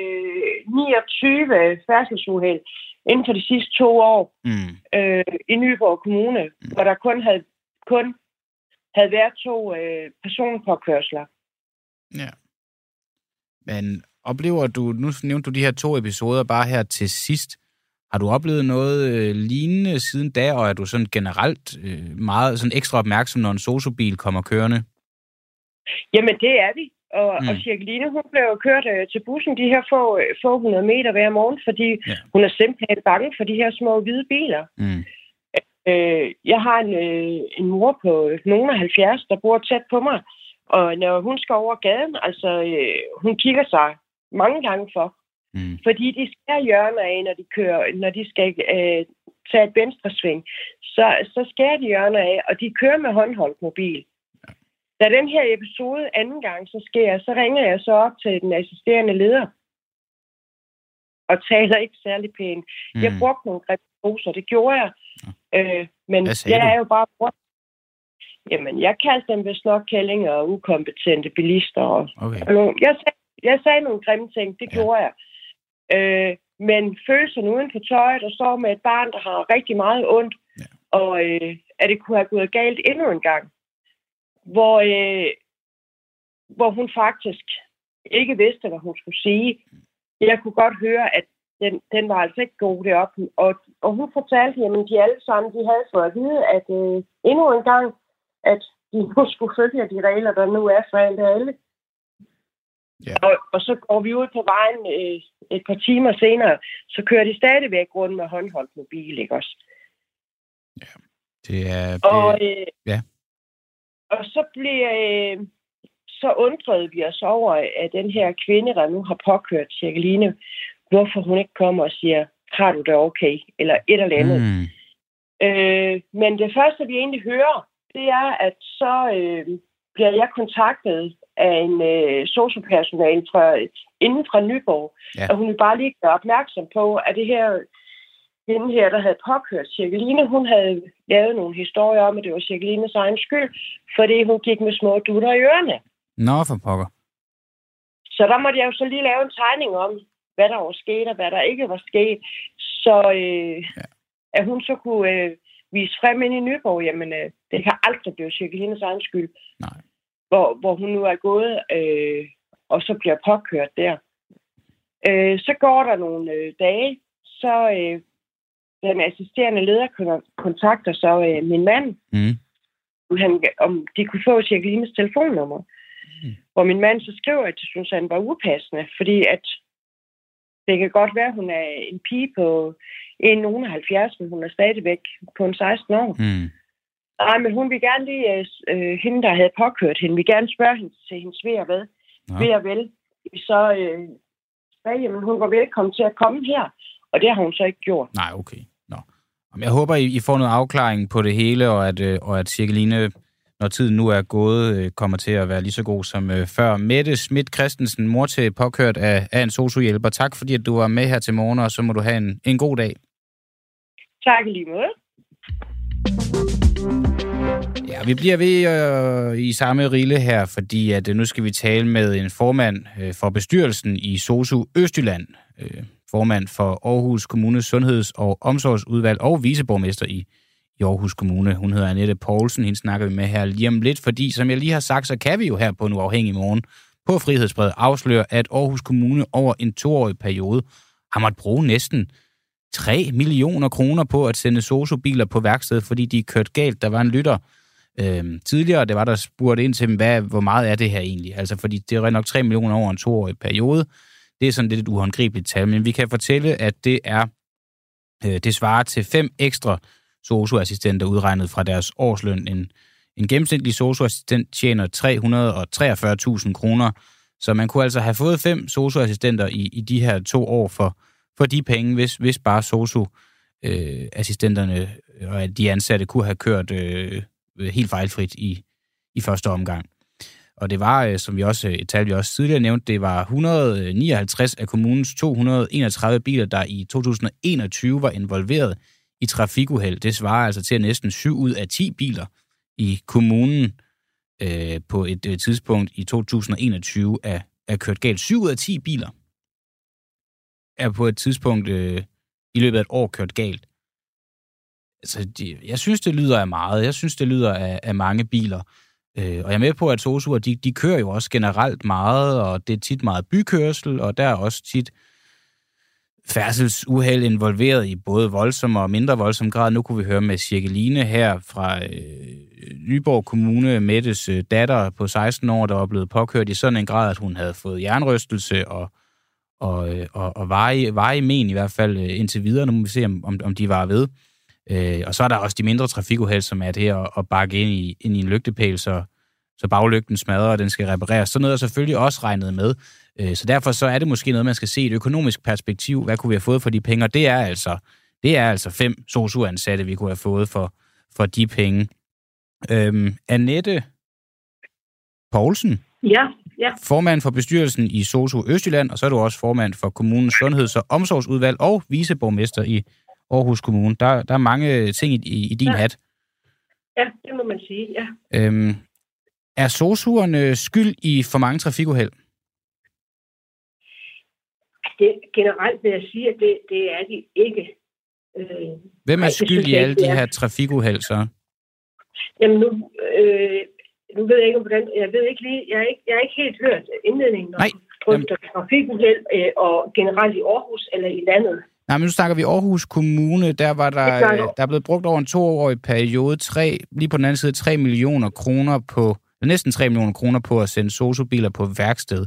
29 færdselsuheld inden for de sidste 2 år i Nyborg Kommune, hvor der kun havde været 2 personpåkørsler. Ja. Men oplever du, nu nævnte du de her 2 episoder bare her til sidst, har du oplevet noget lignende siden da, og er du sådan generelt meget sådan ekstra opmærksom, når en sosu-bil kommer kørende? Jamen, det er vi. Og Cirkeline, hun blev kørt til bussen de her få 100 meter hver morgen, fordi hun er simpelthen bange for de her små hvide biler. Jeg har en mor på nogen af 70, der bor tæt på mig, og når hun skal over gaden, altså hun kigger sig mange gange for. Fordi de skærer hjørner af, når de skal tage et venstresving. Så skærer de hjørner af, og de kører med håndholdt mobil. Da den her episode anden gang så sker, så ringer jeg så op til den assisterende leder. Og taler ikke særlig pænt. Jeg brugte nogle grebposer, det gjorde jeg. Men jeg er jo bare brugt. Jamen, jeg kaldte dem vist nok kællinger og ukompetente bilister. Jeg sagde nogle grimme ting, det gjorde jeg. Men følelserne uden for tøjet, og står med et barn, der har rigtig meget ondt, og at det kunne have gået galt endnu en gang. Hvor hun faktisk ikke vidste, hvad hun skulle sige. Jeg kunne godt høre, at den var altså ikke god deroppe. Og hun fortalte, at de alle sammen de havde fået at vide, at endnu en gang, at de nu skulle følge de regler, der nu er for alle. Ja. Og så går vi ud på vejen et par timer senere, så kører de stadigvæk rundt med håndholdt mobil, ikke også? Ja, det er... ja. Og så så undrede vi os over, at den her kvinde, der nu har påkørt Jacqueline, hvorfor hun ikke kommer og siger, har du det okay? Eller et eller andet. Men det første, vi egentlig hører, det er, at så bliver jeg kontaktet af en sociopersonale inden fra Nyborg, og hun vil bare lige gøre opmærksom på, at hende her, der havde påkørt Jacqueline, hun havde lavet nogle historier om, at det var Jacquelines egen skyld, fordi hun gik med små dutter i ørerne. Nå, for pokker. Så der måtte jeg jo så lige lave en tegning om, hvad der var sket, og hvad der ikke var sket. Så at hun så kunne vise frem ind i Nyborg, jamen det kan aldrig blive Jacquelines egen skyld. Nej. Hvor hun nu er gået, og så bliver påkørt der. Så går der nogle dage, så den assisterende leder kontakter så min mand, om de kunne få Jacquelines telefonnummer. Hvor min mand så skriver, at det synes han var upassende, fordi at det kan godt være, at hun er en pige på 1,70, men hun er stadigvæk på en 16 år. Nej, men hun vil gerne lige, hende der havde påkørt hende, vil gerne spørge hende til hendes ved og hvad. Ved og vel. Så jamen, hun var velkommen til at komme her, og det har hun så ikke gjort. Nej, okay. Nå. Jeg håber, I får noget afklaring på det hele, og at Jacqueline, når tiden nu er gået, kommer til at være lige så god som før. Mette Schmidt Christensen, mor til påkørt af en sosu-hjælper. Tak fordi, at du var med her til morgen, og så må du have en god dag. Tak lige måde. Ja, vi bliver ved i samme rille her, fordi at nu skal vi tale med en formand for bestyrelsen i SOSU Østjylland. Formand for Aarhus Kommunes Sundheds- og Omsorgsudvalg og viceborgmester i Aarhus Kommune. Hun hedder Annette Poulsen. Hende snakker vi med her lige om lidt, fordi som jeg lige har sagt, så kan vi jo her på En Uafhængig Morgen på Frihedsbrevet afsløre, at Aarhus Kommune over en 2-årig periode har måttet bruge næsten 3 millioner kroner på at sende sosu-biler på værksted, fordi de er kørt galt. Der var en lytter tidligere, det var der spurgte ind til dem, hvor meget er det her egentlig? Altså, fordi det er nok 3 millioner over en 2-årig periode. Det er sådan lidt et uhåndgribeligt tal, men vi kan fortælle, at det svarer til 5 ekstra sosu-assistenter udregnet fra deres årsløn. En gennemsnitlig sosu-assistent tjener 343.000 kroner, så man kunne altså have fået 5 sosu-assistenter i de her 2 år for de penge, hvis bare sosu-assistenterne og de ansatte kunne have kørt helt fejlfrit i første omgang. Og det var, som vi også, et tal vi også tidligere nævnte, det var 159 af kommunens 231 biler, der i 2021 var involveret i trafikuheld. Det svarer altså til, at næsten 7 ud af 10 biler i kommunen på et tidspunkt i 2021 er kørt galt. 7 ud af 10 biler er på et tidspunkt i løbet af et år kørt galt. Altså, jeg synes, det lyder af meget. Jeg synes, det lyder af mange biler. Og jeg er med på, at sosuer, de kører jo også generelt meget, og det er tit meget bykørsel, og der er også tit færdselsuheld involveret i både voldsom og mindre voldsom grad. Nu kunne vi høre med Jacqueline her fra Nyborg Kommune, Mettes datter på 16 år, der var blevet påkørt i sådan en grad, at hun havde fået hjernerystelse og varige men i hvert fald indtil videre. Nu må vi se, om de var ved. Og så er der også de mindre trafikuheld, som er det her at bakke ind i en lygtepæl, så baglygten smadrer, og den skal repareres. Sådan noget er selvfølgelig også regnet med. Så derfor så er det måske noget, man skal se i et økonomisk perspektiv. Hvad kunne vi have fået for de penge? Og det er altså 5 sosu-ansatte, vi kunne have fået for de penge. Annette Poulsen. Ja. Formand for bestyrelsen i SOSU Østjylland, og så er du også formand for kommunens Sundheds- og Omsorgsudvalg og viceborgmester i Aarhus Kommune. Der er mange ting i din hat. Ja, det må man sige, ja. Er sosuerne skyld i for mange trafikuheld? Generelt vil jeg sige, at det er de ikke. Hvem er skyld i alle de her trafikuheld så? Jamen nu ved jeg ikke, hvordan... Jeg ved ikke lige... Jeg har ikke helt hørt indledningen om trafikuheld og generelt i Aarhus eller i landet. Nej, men nu snakker vi Aarhus Kommune. Der var der er blevet brugt over en 2-årig periode, lige på den anden side, 3 millioner kroner på, næsten 3 millioner kroner på at sende sosu-biler på værksted.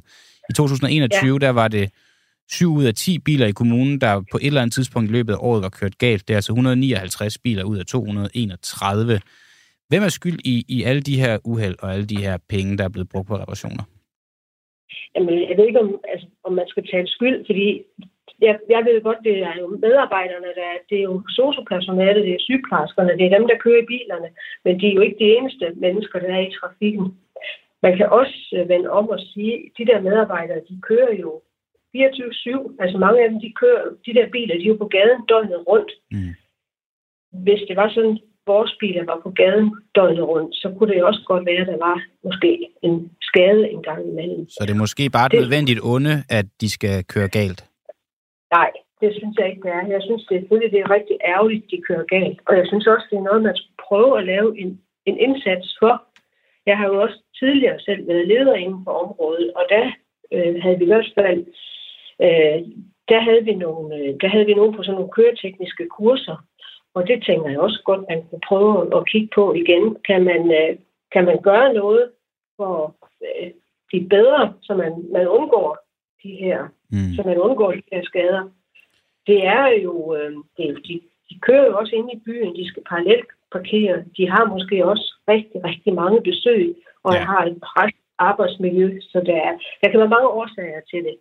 I 2021, der var det 7 ud af 10 biler i kommunen, der på et eller andet tidspunkt i løbet af året var kørt galt. Det er altså 159 biler ud af 231. Hvem er skyld i alle de her uheld og alle de her penge, der er blevet brugt på reparationer? Jamen, jeg ved ikke, om man skal tale skyld, fordi jeg ved godt, det er jo medarbejderne, det er jo sosu-personale, det er sygeplejerskerne, det er dem, der kører i bilerne, men de er jo ikke de eneste mennesker, der er i trafikken. Man kan også vende om og sige, at de der medarbejdere, de kører jo 24/7, altså mange af dem, de der biler, de er jo på gaden døgnet rundt. Hvis det var sådan, vores biler var på gaden døgnet rundt, så kunne det jo også godt være, at der var måske en skade en gang imellem. Så det er måske bare et nødvendigt onde, at de skal køre galt? Nej, det synes jeg ikke, det er. Jeg synes selvfølgelig, det er rigtig ærgerligt, at de kører galt. Og jeg synes også, det er noget, man skal prøve at lave en indsats for. Jeg har jo også tidligere selv været leder inden for området, og der havde vi i hvert fald der havde vi nogle på sådan nogle køretekniske kurser. Og det tænker jeg også godt, man kunne prøve at kigge på igen. Kan man gøre noget for de bedre, så man undgår så man undgår de her skader? Det er jo, de kører jo også ind i byen, de skal parallelt parkere. De har måske også rigtig, rigtig mange besøg, og har et presset arbejdsmiljø, så der kan være mange årsager til det.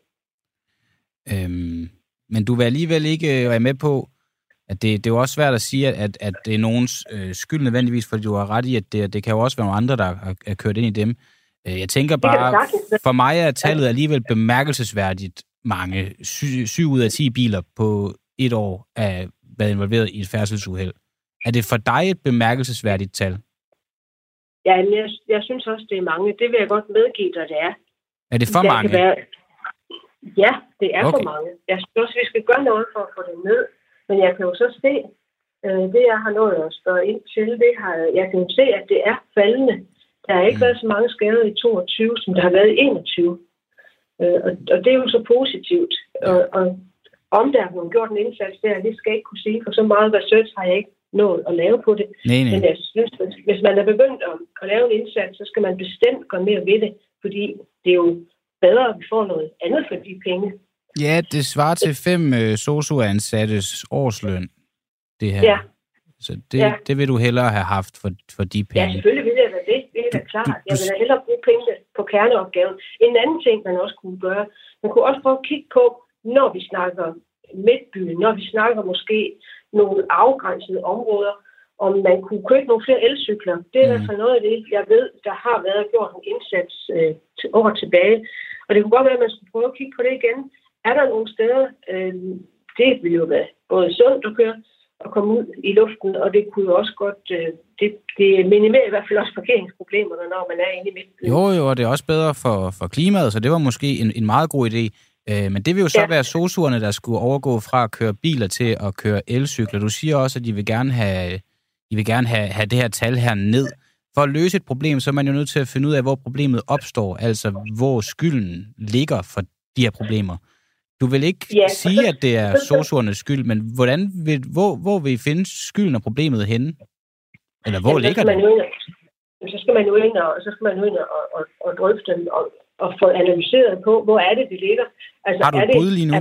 Men du vil alligevel ikke være med på, at det er jo også svært at sige, at det er nogens skyld nødvendigvis, fordi du har ret i, at det kan jo også være nogle andre, der er kørt ind i dem. Jeg tænker bare, for mig er tallet alligevel bemærkelsesværdigt mange. 7 ud af 10 biler på et år er været involveret i et færdselsuheld. Er det for dig et bemærkelsesværdigt tal? Ja, jeg synes også, det er mange. Det vil jeg godt medgive dig, det er. Er det for mange? Ja, det er for mange. Jeg synes også, vi skal gøre noget for at få det ned. Men jeg kan jo så se, det jeg har nået at spørge ind til, jeg kan jo se, at det er faldende. Der har ikke været så mange skader i 22, som der har været i 21. Og det er jo så positivt. Og om der er blevet gjort en indsats der, det skal jeg ikke kunne sige, for så meget research har jeg ikke nået at lave på det. Nej. Men jeg synes, hvis man er begyndt at lave en indsats, så skal man bestemt gøre mere ved det, fordi det er jo bedre, at vi får noget andet for de penge. Ja, det svarer til 5 sosu-ansattes årsløn, det her. Ja. Så det vil du hellere have haft for de penge. Ja, selvfølgelig vil jeg da det. Det er da klart. Jeg vil da hellere bruge pengene på kerneopgaven. En anden ting, man også kunne gøre, man kunne også prøve at kigge på, når vi snakker midtbyen, når vi snakker måske nogle afgrænsede områder, om man kunne købe nogle flere elcykler. Det er i hvert fald noget af det, jeg ved, der har været gjort en indsats år tilbage. Og det kunne godt være, at man skulle prøve at kigge på det igen. Er der nogle steder, det vil jo være både sundt at køre og komme ud i luften, og det kunne jo også godt, det minimerer i hvert fald også parkeringsproblemerne, når man er inde i midtbyen. Jo, og det er også bedre for klimaet, så det var måske en meget god idé. Men det vil jo så være sosuerne, der skulle overgå fra at køre biler til at køre elcykler. Du siger også, at de vil gerne have det her tal her ned. For at løse et problem, så er man jo nødt til at finde ud af, hvor problemet opstår, altså hvor skylden ligger for de her problemer. Du vil ikke sige, at det er sosuernes skyld, men hvor vil I finde skylden og problemet henne? Eller hvor ligger det? Så skal man jo ind og drøfte dem og få analyseret på, hvor er det ligger. Altså, har du et bud lige nu?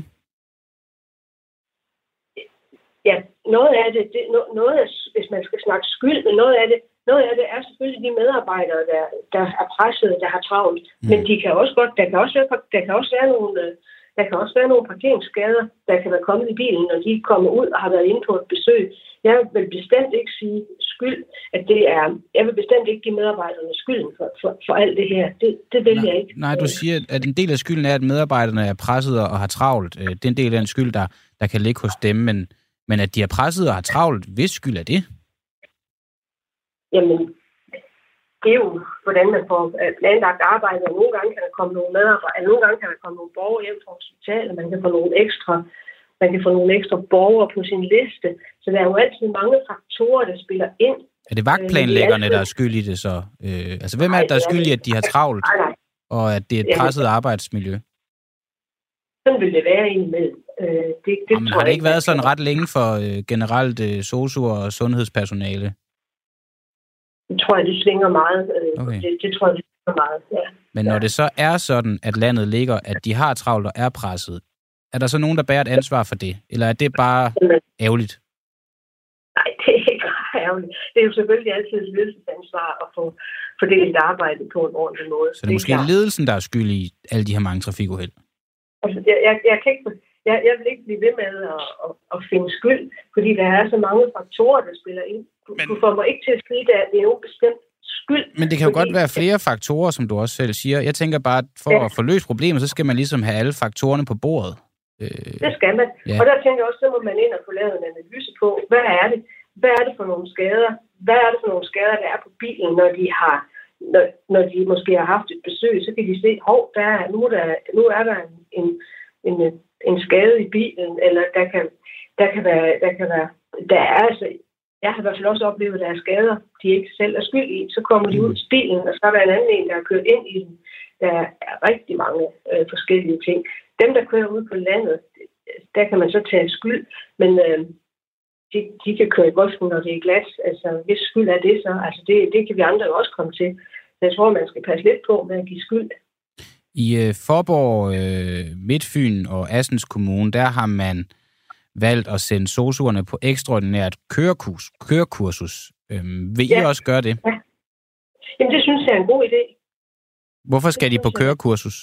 Ja, noget af det, hvis man skal snakke skyld, men noget af det er selvfølgelig de medarbejdere, der er presset, der har travlt. Men de kan også godt, der kan også være nogle parkeringsskader, der kan være kommet i bilen, når de kommer ud og har været inde på et besøg. Jeg vil bestemt ikke sige skyld, jeg vil bestemt ikke give medarbejderne skylden for alt det her. Det vil jeg ikke. Nej, du siger, at en del af skylden er, at medarbejderne er presset og har travlt. Det er en del af en skyld, der kan ligge hos dem, men at de er presset og har travlt, hvis skyld er det? Jamen, det er jo, hvordan man får planlagt arbejde, og nogle gange kan der komme nogle medarbejdere, nogle gange kan der komme nogle borgere hjem fra hospitalet, man kan få nogle ekstra borgere på sin liste. Så der er jo altid mange faktorer, der spiller ind. Er det vagtplanlæggerne, der er skyld i det så? Altså, hvem er det, der er skyld i, at de har travlt, og at det er et presset arbejdsmiljø? Sådan vil det være indimellem. Men har det ikke været sådan ret længe for generelt sosuer og sundhedspersonale? Det tror jeg, det svinger meget. Okay. Det tror jeg, for meget, ja. Men når det så er sådan, at landet ligger, at de har travlt og er presset, er der så nogen, der bærer et ansvar for det? Eller er det bare ærgerligt? Nej, det er ikke bare ærgerligt. Det er jo selvfølgelig altid et ledelsesansvar at få fordelt arbejdet på en ordentlig måde. Så det er måske ledelsen, der er skyld i alle de her mange trafikuheld? Altså, jeg vil ikke blive ved med at finde skyld, fordi der er så mange faktorer, der spiller ind. Du får mig ikke til at sige, at det er jo bestemt skyld. Men det kan jo godt være flere faktorer, som du også selv siger. Jeg tænker bare, at for at få løst problemet, så skal man ligesom have alle faktorerne på bordet. Det skal man. Ja. Og der tænker jeg også, så må man ind og få lavet en analyse på, hvad er det? Hvad er det for nogle skader? Hvad er det for nogle skader, der er på bilen, når de måske har haft et besøg? Så kan de se, nu er der en skade i bilen, eller der er altså. Jeg har i hvert fald også oplevet, at der er skader, de ikke selv er skyld i. Så kommer de ud i bilen, og så er der en anden, der er kørt ind i den. Der er rigtig mange forskellige ting. Dem, der kører ud på landet, der kan man så tage skyld, men de kan køre i grøften, når det er glat. Altså, hvis skyld er det så, altså det kan vi andre jo også komme til. Så jeg tror, man skal passe lidt på med at give skyld. I Faaborg, Midtfyn og Assens Kommune, der har man valgt at sende sosuerne på ekstraordinært kørekursus. Vil I også gøre det? Ja. Jamen, det synes jeg er en god idé. Hvorfor skal de på kørekursus?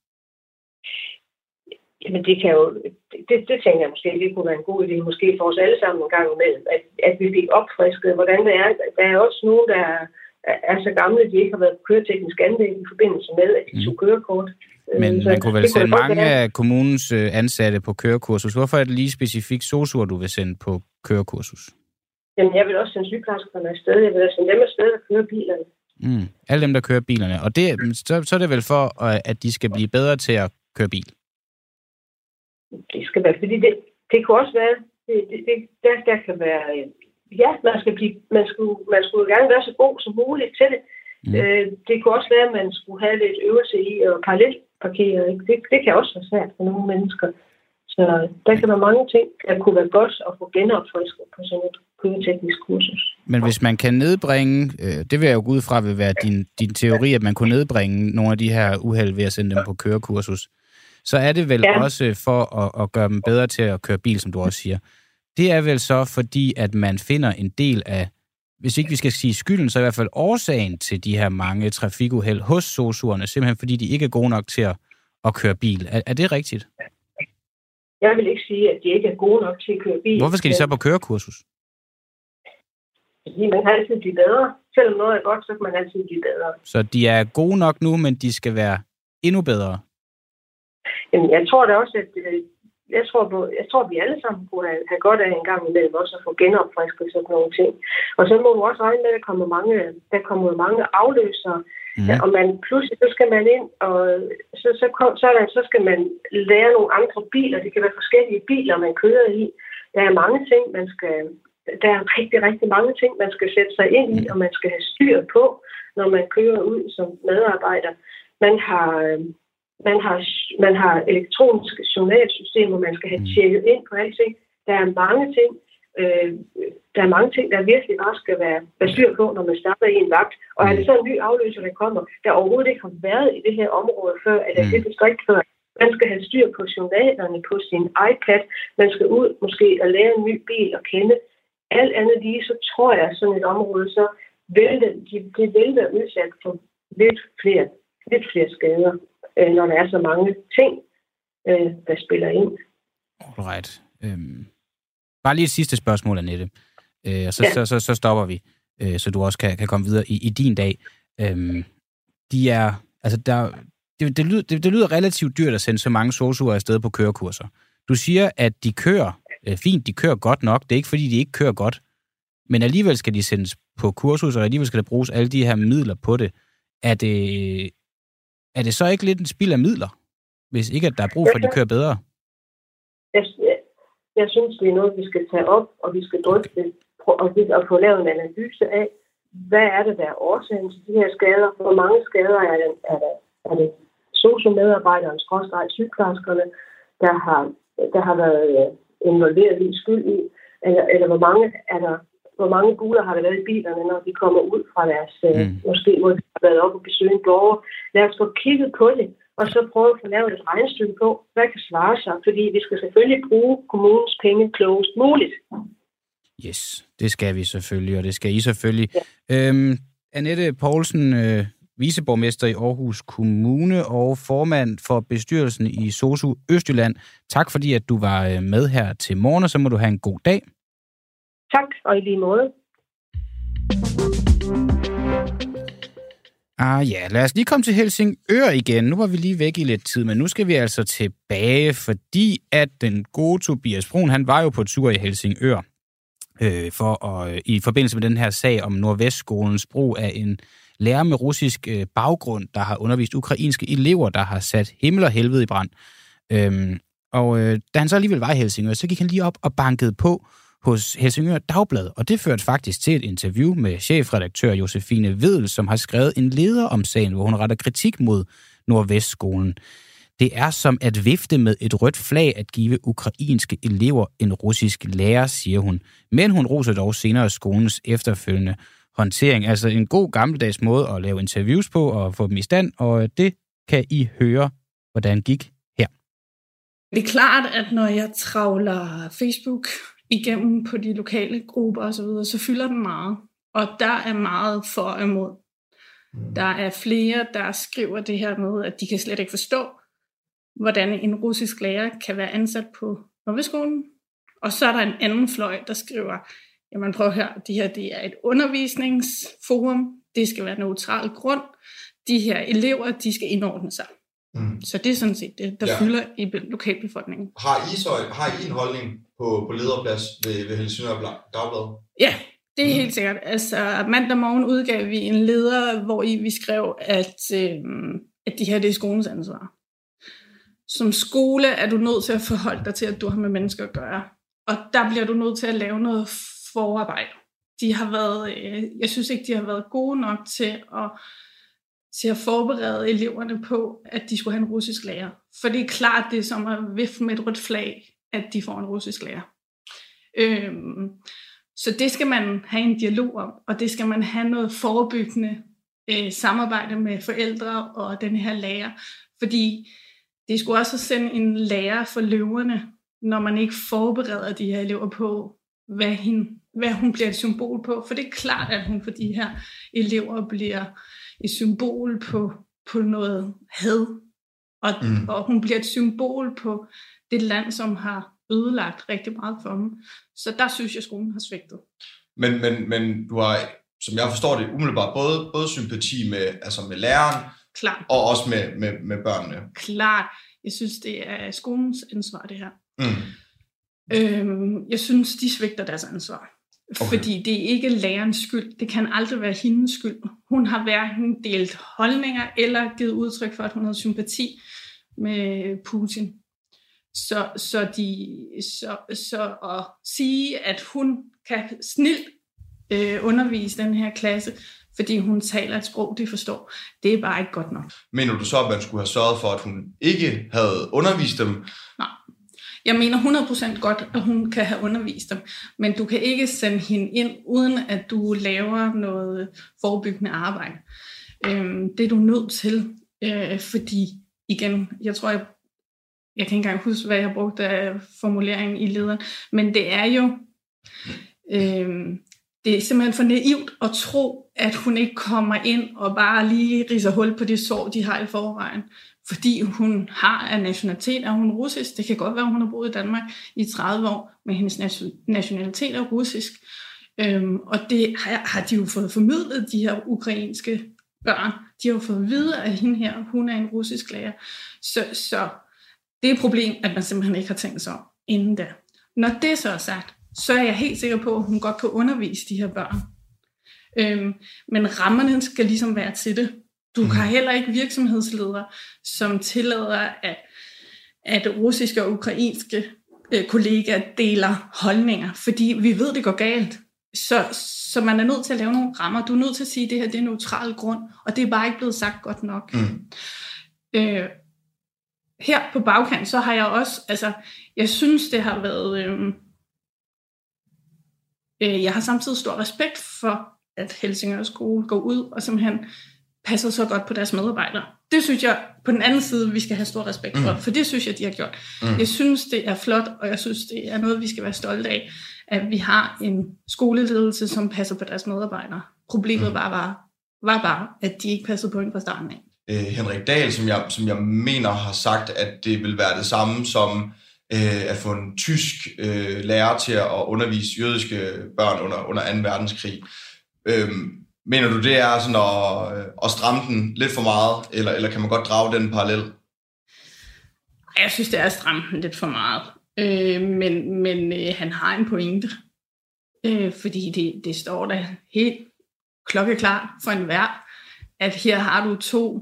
Jamen, det kan jo... Det tænker jeg måske, det kunne være en god idé, måske for os alle sammen en gang imellem, at vi bliver opfrisket, hvordan det er. Der er også nogen, der er så gamle, at de ikke har været på køreteknisk anlæg i forbindelse med, at de tog kørekort. Men man kunne vel sende mange af kommunens ansatte på kørekursus. Hvorfor er det lige specifikt sosuer, du vil sende på kørekursus? Jamen, jeg vil også sende sygeplejerskerne afsted. Jeg vil sende dem afsted, der kører bilerne. Alle dem, der kører bilerne. Og så er det vel for, at de skal blive bedre til at køre bil? Det skal være, fordi det kunne også være... Der kan være... Ja, man skulle gerne være så god som muligt til det. Det kunne også være, at man skulle have lidt øvelse i at parallelparkere. Det kan også være svært for nogle mennesker. Så der kan være mange ting, der kunne være godt at få genopfrisket på sådan et køreteknisk kursus. Men hvis man kan nedbringe, det vil jeg jo gå ud fra, vil være din teori, at man kunne nedbringe nogle af de her uheld ved at sende dem på kørekursus, så er det vel også for at gøre dem bedre til at køre bil, som du også siger. Det er vel så fordi, at man finder en del af, hvis ikke vi skal sige skylden, så i hvert fald årsagen til de her mange trafikuheld hos sosuerne, simpelthen fordi de ikke er gode nok til at køre bil. Er det rigtigt? Jeg vil ikke sige, at de ikke er gode nok til at køre bil. Hvorfor skal de så på kørekursus? Fordi man kan altid blive bedre. Selvom noget er godt, så kan man altid blive bedre. Så de er gode nok nu, men de skal være endnu bedre? Jamen, jeg tror da også, at jeg tror, vi alle sammen kunne have godt af en gang imellem også at få genopfrisket sådan nogle ting. Og så må du også regne med, at der kommer mange afløsere. Ja, og pludselig så skal man ind, og så skal man lære nogle andre biler. Det kan være forskellige biler, man kører i. Der er mange ting, der er rigtig, rigtig mange ting, man skal sætte sig ind i, og man skal have styr på, når man kører ud som medarbejder. Man har elektroniske journalsystemer, man skal have tjekket ind på alting. Der er mange ting, der virkelig bare skal være styr på, når man starter i en vagt. Og er det så en ny afløser, der kommer, der overhovedet ikke har været i det her område før, eller det distrikt før. Man skal have styr på journalerne på sin iPad. Man skal ud måske og lære en ny bil at kende. Alt andet lige, så tror jeg, at sådan et område, så vil det være udsat for lidt flere skader, når der er så mange ting, der spiller ind. Alright. Bare lige et sidste spørgsmål, Annette. Og så stopper vi, så du også kan komme videre i din dag. Det lyder relativt dyrt at sende så mange sosuer afsted på kørekurser. Du siger, at de kører fint, de kører godt nok. Det er ikke, fordi de ikke kører godt. Men alligevel skal de sendes på kursus, og alligevel skal der bruges alle de her midler på det. Er det så ikke lidt en spild af midler, hvis ikke at der er brug for, at de kører bedre? Jeg synes, det er noget, vi skal tage op, og vi skal drøfte og få lavet en analyse af, hvad er det, der er årsagen til de her skader? Hvor mange skader er det sosu-medarbejderne, sygeplejerskerne, der har været involveret i skyld i? Eller hvor mange er der hvor mange buler har der været i bilerne, når de kommer ud fra deres, måske hvor de har været oppe og besøge en borger. Lad os få kigget på det, og så prøve at få lavet et regnestykke på, hvad kan svare sig, fordi vi skal selvfølgelig bruge kommunens penge klogest muligt. Yes, det skal vi selvfølgelig, og det skal I selvfølgelig. Ja. Annette Poulsen, viceborgmester i Aarhus Kommune og formand for bestyrelsen i SOSU Østjylland. Tak fordi, at du var med her til morgen, og så må du have en god dag. Tak, og i lige måde. Ja, lad os lige komme til Helsingør igen. Nu var vi lige væk i lidt tid, men nu skal vi altså tilbage, fordi at den gode Tobias Bruun, han var jo på tur i Helsingør i forbindelse med den her sag om Nordvestskolens brug af en lærer med russisk baggrund, der har undervist ukrainske elever, der har sat himmel og helvede i brand. Da han så alligevel var i Helsingør, så gik han lige op og bankede på hos Helsingør Dagblad, og det førte faktisk til et interview med chefredaktør Josefine Vedel, som har skrevet en leder om sagen, hvor hun retter kritik mod Nordvestskolen. Det er som at vifte med et rødt flag at give ukrainske elever en russisk lærer, siger hun. Men hun roser dog senere skolens efterfølgende håndtering. Altså en god gammeldags måde at lave interviews på og få dem i stand, og det kan I høre, hvordan gik her. Det er klart, at når jeg travler Facebook igennem på de lokale grupper og så videre, så fylder den meget. Og der er meget for og imod. Der er flere, der skriver det her med, at de kan slet ikke forstå, hvordan en russisk lærer kan være ansat på Nordvestskolen. Og så er der en anden fløj, der skriver, jamen prøv at høre, det er et undervisningsforum, det skal være neutral grund, de her elever, de skal indordne sig. Så det er sådan set det, der fylder i lokalbefolkningen. Har I en holdning på lederplads ved Helsingør Dagblad? Ja, det er helt sikkert. Altså mandag morgen udgav vi en leder, hvor vi skrev, at de her det er skolens ansvar. Som skole er du nødt til at forholde dig til, at du har med mennesker at gøre. Og der bliver du nødt til at lave noget forarbejde. Jeg synes ikke, de har været gode nok til at forberede eleverne på, at de skulle have en russisk lærer. For det er klart, det er som at vifte med et rødt flag, at de får en russisk lærer. Så det skal man have en dialog om, og det skal man have noget forebyggende samarbejde med forældre og den her lærer. Fordi det skulle også sende en lærer for løverne, når man ikke forbereder de her elever på, hvad hun bliver et symbol på. For det er klart, at hun for de her elever bliver et symbol på noget had. Og hun bliver et symbol på det land, som har ødelagt rigtig meget for dem. Så der synes jeg, skolen har svigtet. Men du har, som jeg forstår det, umiddelbart både sympati med læreren, klart, og også med børnene. Klart. Jeg synes, det er skolens ansvar, det her. Jeg synes, de svigter deres ansvar. Okay. Fordi det er ikke lærerens skyld. Det kan aldrig være hendes skyld. Hun har hverken delt holdninger eller givet udtryk for, at hun havde sympati med Putin. Så at sige, at hun kan snilt undervise den her klasse, fordi hun taler et sprog, de forstår, det er bare ikke godt nok. Mener du så, at man skulle have sørget for, at hun ikke havde undervist dem? Nej. Jeg mener 100% godt, at hun kan have undervist dem, men du kan ikke sende hende ind, uden at du laver noget forebyggende arbejde. Det er du nødt til, fordi igen, jeg tror, jeg kan ikke engang huske, hvad jeg brugte af formuleringen i lederen, men det er jo det er simpelthen for naivt at tro, at hun ikke kommer ind og bare lige ridser hul på det sår, de har i forvejen. Fordi hun har af nationalitet, er hun russisk. Det kan godt være, at hun har boet i Danmark i 30 år, men hendes nationalitet er russisk. Og det har de jo fået formidlet, de her ukrainske børn. De har jo fået at vide, at hende her, hun er en russisk lærer. Så det er et problem, at man simpelthen ikke har tænkt sig om inden da. Når det så er sagt, så er jeg helt sikker på, at hun godt kan undervise de her børn. Men rammerne skal ligesom være til det. Du har heller ikke virksomhedsledere, som tillader, at russiske og ukrainske kollegaer deler holdninger, fordi vi ved, det går galt. Så man er nødt til at lave nogle rammer. Du er nødt til at sige, at det her det er neutral grund, og det er bare ikke blevet sagt godt nok. Her på bagkant, så har jeg også, jeg synes, det har været Jeg har samtidig stor respekt for, at Helsingør Skole går ud og simpelthen passer så godt på deres medarbejdere. Det synes jeg, på den anden side, vi skal have stor respekt for det synes jeg, de har gjort. Jeg synes, det er flot, og jeg synes, det er noget, vi skal være stolte af, at vi har en skoleledelse, som passer på deres medarbejdere. Problemet var bare, at de ikke passede på hende fra starten af. Henrik Dahl, som jeg mener har sagt, at det vil være det samme som at få en tysk lærer til at undervise jødiske børn under 2. verdenskrig. Mener du, det er sådan at stramme den lidt for meget, eller kan man godt drage den parallel? Jeg synes, det er at stramme den lidt for meget. Men han har en pointe. Fordi det står der helt klokkeklart for enhver, at her har du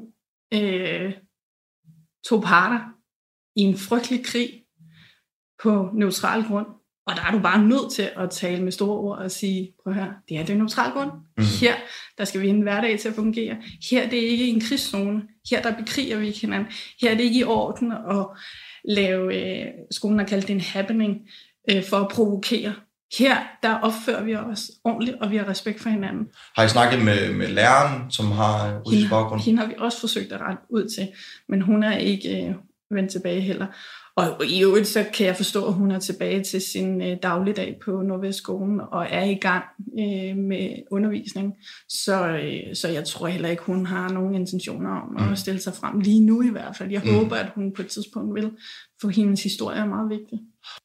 to parter i en frygtelig krig på neutral grund. Og der er du bare nødt til at tale med store ord og sige, prøv at høre, det er neutral grund. Her, der skal vi have en hverdag til at fungere. Her, det er ikke en krigszone. Her, der bekriger vi ikke hinanden. Her er det ikke i orden at lave, skolen har kaldt det en happening, for at provokere. Her, der opfører vi os ordentligt, og vi har respekt for hinanden. Har I snakket med læreren, som har russisk baggrund? Hende har vi også forsøgt at rette ud til, men hun er ikke vendt tilbage heller. Og i øvrigt, så kan jeg forstå, at hun er tilbage til sin dagligdag på Nordvestskolen og er i gang med undervisning. Så jeg tror heller ikke, hun har nogen intentioner om at stille sig frem lige nu i hvert fald. Jeg håber, at hun på et tidspunkt vil, for hendes historie er meget vigtig.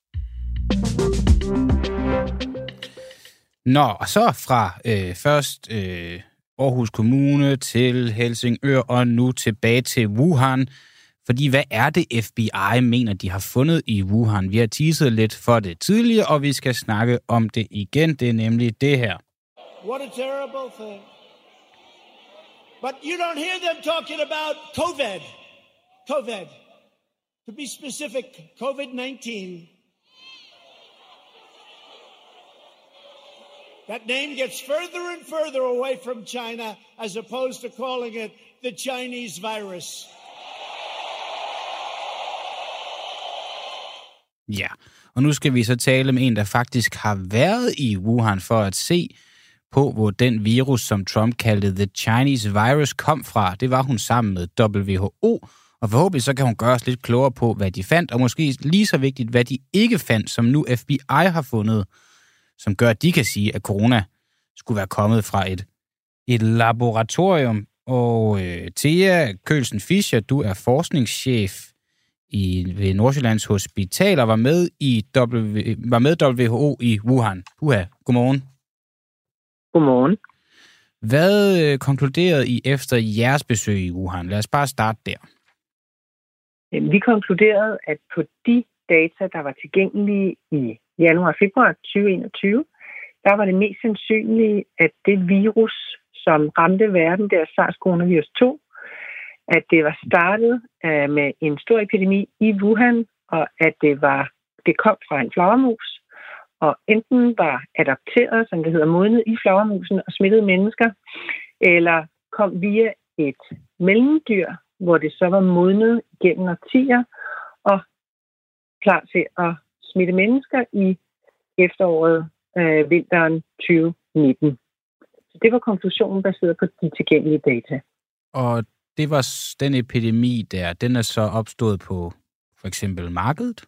Nå, og så fra først Aarhus Kommune til Helsingør og nu tilbage til Wuhan. Fordi hvad er det, FBI mener, de har fundet i Wuhan? Vi har teaset lidt for det tidligere, og vi skal snakke om det igen. Det er nemlig det her. What a terrible thing. But you don't hear them talking about COVID. COVID. To be specific, COVID-19. That name gets further and further away from China as opposed to calling it the Chinese virus. Ja, og nu skal vi så tale med en, der faktisk har været i Wuhan for at se på, hvor den virus, som Trump kaldte The Chinese Virus, kom fra. Det var hun sammen med WHO, og forhåbentlig så kan hun gøre os lidt klogere på, hvad de fandt, og måske lige så vigtigt, hvad de ikke fandt, som nu FBI har fundet, som gør, at de kan sige, at corona skulle være kommet fra et laboratorium. Og Thea Kølsen Fischer, du er forskningschef ved Nordsjællands Hospital og var med WHO i Wuhan. Godmorgen. Godmorgen. Hvad konkluderede I efter jeres besøg i Wuhan? Lad os bare starte der. Vi konkluderede, at på de data, der var tilgængelige i januar og februar 2021, der var det mest sandsynlige, at det virus, som ramte verden, der SARS-CoV-2, at det var startet med en stor epidemi i Wuhan, og at det kom fra en flagermus, og enten var adapteret, som det hedder, modnet i flagermusen og smittede mennesker, eller kom via et mellemdyr, hvor det så var modnet gennem årtier og klar til at smitte mennesker i efteråret, vinteren 2019. Så det var konklusionen baseret på de tilgængelige data. Og det var den epidemi der, den er så opstået på for eksempel markedet?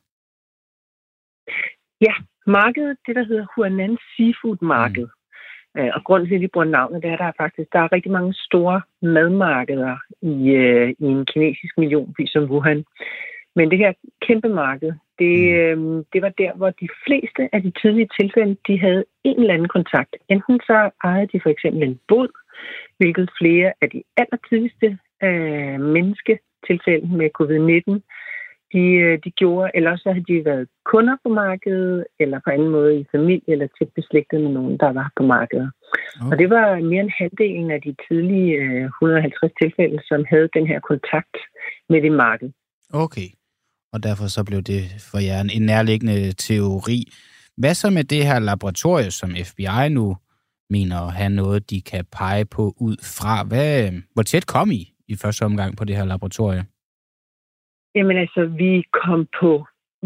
Ja, markedet, det der hedder Huanan Seafood Market. Og grunden til, at vi bruger navnet, det er, der er rigtig mange store madmarkeder i en kinesisk millionby som Wuhan. Men det her kæmpe marked, det var der, hvor de fleste af de tidlige tilfælde, de havde en eller anden kontakt. Enten så ejede de for eksempel en båd, hvilket flere af de allertidligste mennesketilfælde med covid-19, de gjorde, eller så havde de været kunder på markedet, eller på anden måde i familie, eller tæt beslægtet med nogen, der var på markedet. Okay. Og det var mere end halvdelen af de tidlige 150 tilfælde, som havde den her kontakt med det marked. Okay, og derfor så blev det for jer en nærliggende teori. Hvad så med det her laboratorie, som FBI nu mener at have noget, de kan pege på ud fra? Hvor tæt kom I første omgang på det her laboratorie? Jamen altså, vi var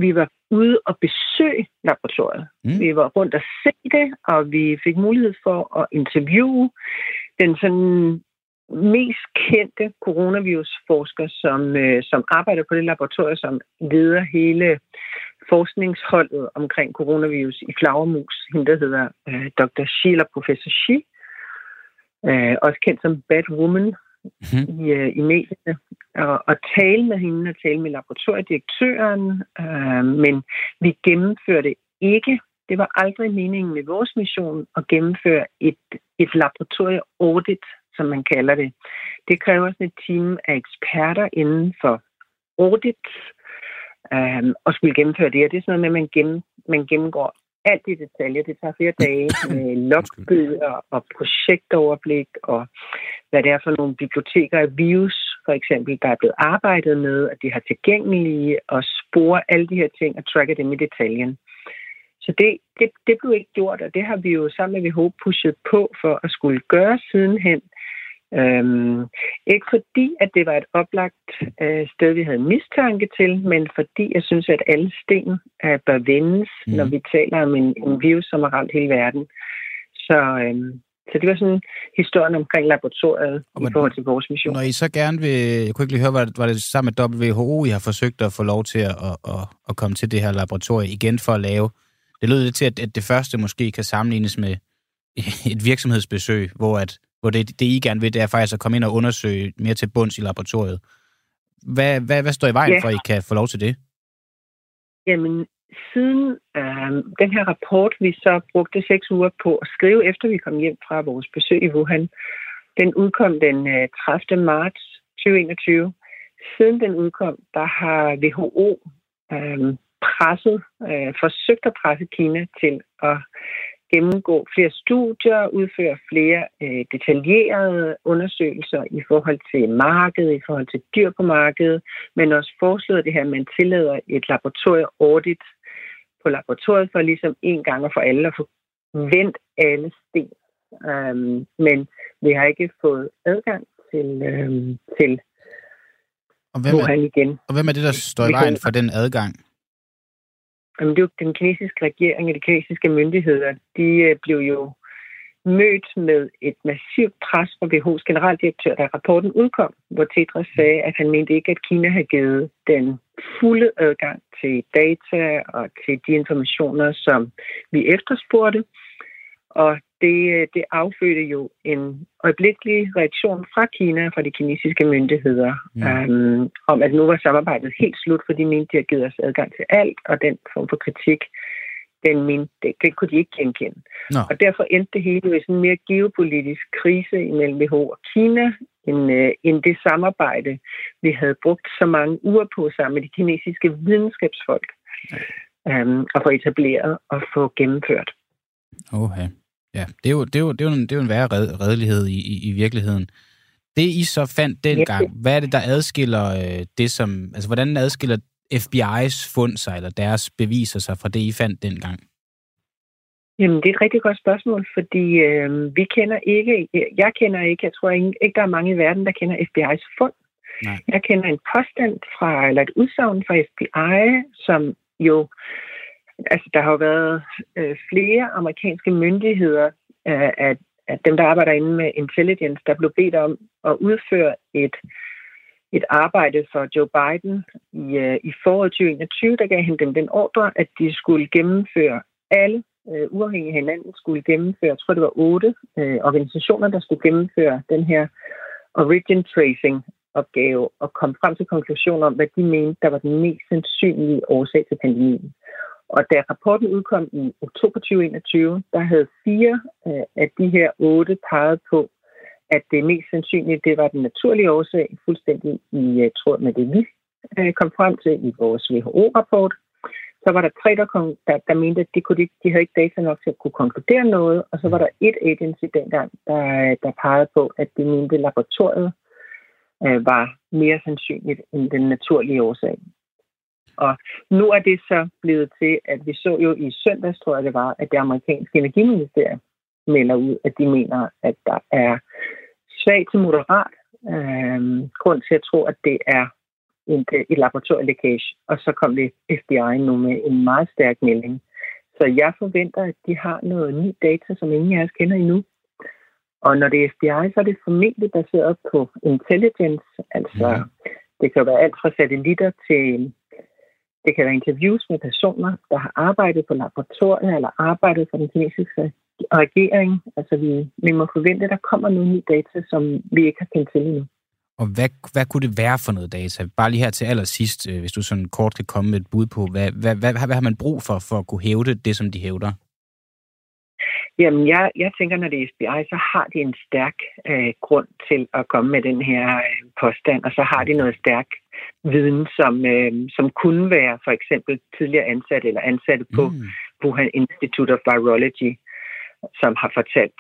ude og besøge laboratoriet. Vi var rundt og se det, og vi fik mulighed for at interviewe den sådan mest kendte coronavirusforsker, som arbejder på det laboratorium, som leder hele forskningsholdet omkring coronavirus i flagermus. Hende, der hedder Dr. Sheila Professor Xi, også kendt som Batwoman i medierne, og tale med hende og tale med laboratoriedirektøren, men vi gennemførte ikke. Det var aldrig meningen med vores mission at gennemføre et laboratorieaudit, som man kalder det. Det kræver sådan et team af eksperter inden for audit og skulle gennemføre det. Og det er sådan noget med, at man gennemgår alt i detaljer. Det tager flere dage med logbøger og projektoverblik og hvad det er for nogle biblioteker af virus, for eksempel, der er blevet arbejdet med, at de har tilgængelige og spore alle de her ting og tracker dem i detaljen. Så det blev ikke gjort, og det har vi jo sammen med WHO pushet på for at skulle gøre sidenhen. Ikke fordi, at det var et oplagt sted, vi havde mistanke til, men fordi jeg synes, at alle sten bør vendes, når vi taler om en virus, som har ramt hele verden. Så det var sådan historien omkring laboratoriet i forhold til vores mission. Når I så gerne vil, jeg kunne ikke lige høre, var det sammen med WHO, I har forsøgt at få lov til at komme til det her laboratorium igen for at lave. Det lød lidt til, at det første måske kan sammenlignes med et virksomhedsbesøg, hvor det I gerne vil, det er faktisk at komme ind og undersøge mere til bunds i laboratoriet. Hvad står i vejen for, at I kan få lov til det? Jamen, siden den her rapport, vi så brugte 6 uger på at skrive, efter vi kom hjem fra vores besøg i Wuhan, den udkom den 30. marts 2021. Siden den udkom, der har WHO forsøgt at presse Kina til at gennemgå flere studier, udføre flere detaljerede undersøgelser i forhold til markedet, i forhold til dyr på markedet, men også foreslået det her, at man tillader et laboratorieaudit på laboratoriet for ligesom en gang og for alle at få vendt alle sten. Men vi har ikke fået adgang til Wuhan igen. Og hvem er det, der står i vejen for den adgang? Jamen, det er jo den kinesiske regering og de kinesiske myndigheder. De blev jo mødt med et massivt pres fra WHO's generaldirektør, da rapporten udkom, hvor Tedros sagde, at han mente ikke, at Kina havde givet den fulde adgang til data og til de informationer, som vi efterspurgte. Og det affødte jo en øjeblikkelig reaktion fra Kina, fra de kinesiske myndigheder, om at nu var samarbejdet helt slut, fordi de mente, de havde givet os adgang til alt, og den form for kritik, den kunne de ikke genkende. No. Og derfor endte det hele i sådan en mere geopolitisk krise imellem WHO og Kina, end det samarbejde, vi havde brugt så mange uger på sammen med de kinesiske videnskabsfolk, at få etableret og få gennemført. Okay. Ja, det er jo en værre redelighed i virkeligheden. Det I så fandt dengang, hvad er det, der adskiller det som... Altså, hvordan adskiller FBI's fund sig, eller deres beviser sig fra det, I fandt dengang? Jamen, det er et rigtig godt spørgsmål, fordi jeg kender ikke, jeg tror ikke, der er mange i verden, der kender FBI's fund. Nej. Jeg kender en påstand eller et udsagn fra FBI, som jo... Altså, der har jo været flere amerikanske myndigheder at dem, der arbejder inde med intelligence, der blev bedt om at udføre et arbejde for Joe Biden i foråret 2021. Der gav han dem den ordre, at de skulle gennemføre alle uafhængige af hinanden, skulle gennemføre, jeg tror det var 8 organisationer, der skulle gennemføre den her origin tracing opgave og komme frem til konklusioner om, hvad de mente, der var den mest sandsynlige årsag til pandemien. Og da rapporten udkom i oktober 2021, der havde 4 af de her 8 peget på, at det mest sandsynlige, det var den naturlige årsag, fuldstændig i tråd med det, vi kom frem til i vores WHO-rapport. Så var der 3, der mente, at de havde ikke data nok til at kunne konkludere noget, og så var der et agency dengang, der pegede på, at det mente, laboratoriet var mere sandsynligt end den naturlige årsag. Og nu er det så blevet til, at vi så jo i søndags, tror jeg det var, at det amerikanske energiministerium melder ud, at de mener, at der er svag til moderat grund til at tro, at det er et laboratorielækage, og så kom det FBI nu med en meget stærk melding. Så jeg forventer, at de har noget ny data, som ingen af os kender endnu. Og når det er FBI, så er det formentlig baseret på intelligence. Altså, det kan være alt fra satellitter til... Det kan være interviews med personer, der har arbejdet på laboratorier eller arbejdet for den kinesiske regering. Altså, vi må forvente, at der kommer nogle nye data, som vi ikke har kendt til endnu. Og hvad kunne det være for noget data? Bare lige her til allersidst, hvis du sådan kort kan komme med et bud på, hvad har man brug for at kunne hævde det, som de hævder? Jamen, jeg tænker, når det er FBI, så har de en stærk grund til at komme med den her påstand, og så har de noget stærk viden, som kunne være for eksempel tidligere ansatte eller ansatte på Wuhan Institute of Virology, som har fortalt,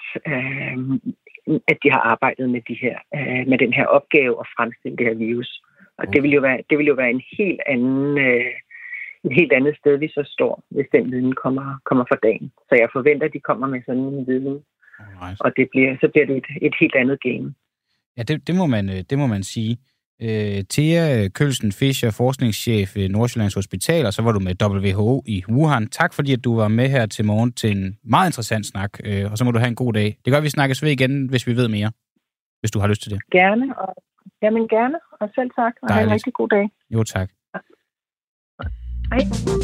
at de har arbejdet med med den her opgave at fremstille det her virus. Og det vil jo være en helt anden... et helt andet sted, vi så står, hvis den viden kommer for dagen. Så jeg forventer, at de kommer med sådan en viden, og så bliver det et helt andet game. Ja, det må man sige. Thea Kølsen Fischer, forskningschef ved Nordsjællands Hospital, og så var du med WHO i Wuhan. Tak fordi, at du var med her til morgen til en meget interessant snak, og så må du have en god dag. Det gør, vi snakkes ved igen, hvis vi ved mere, hvis du har lyst til det. Gerne, og selv tak, og have en rigtig god dag. Jo, tak. Hej.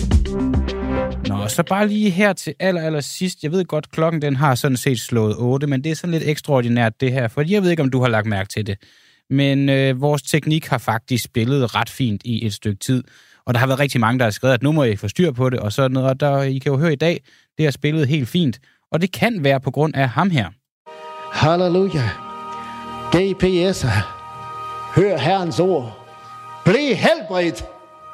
Nå, så bare lige her til aller sidst. Jeg ved godt, klokken den har sådan set slået 8, men det er sådan lidt ekstraordinært det her, for jeg ved ikke, om du har lagt mærke til det. Men vores teknik har faktisk spillet ret fint i et stykke tid, og der har været rigtig mange, der har skrevet, at nu må I få styr på det, og sådan noget, og I kan jo høre i dag, det har spillet helt fint, og det kan være på grund af ham her. Halleluja. GPS. Hør Herrens ord. Bliv helbredt.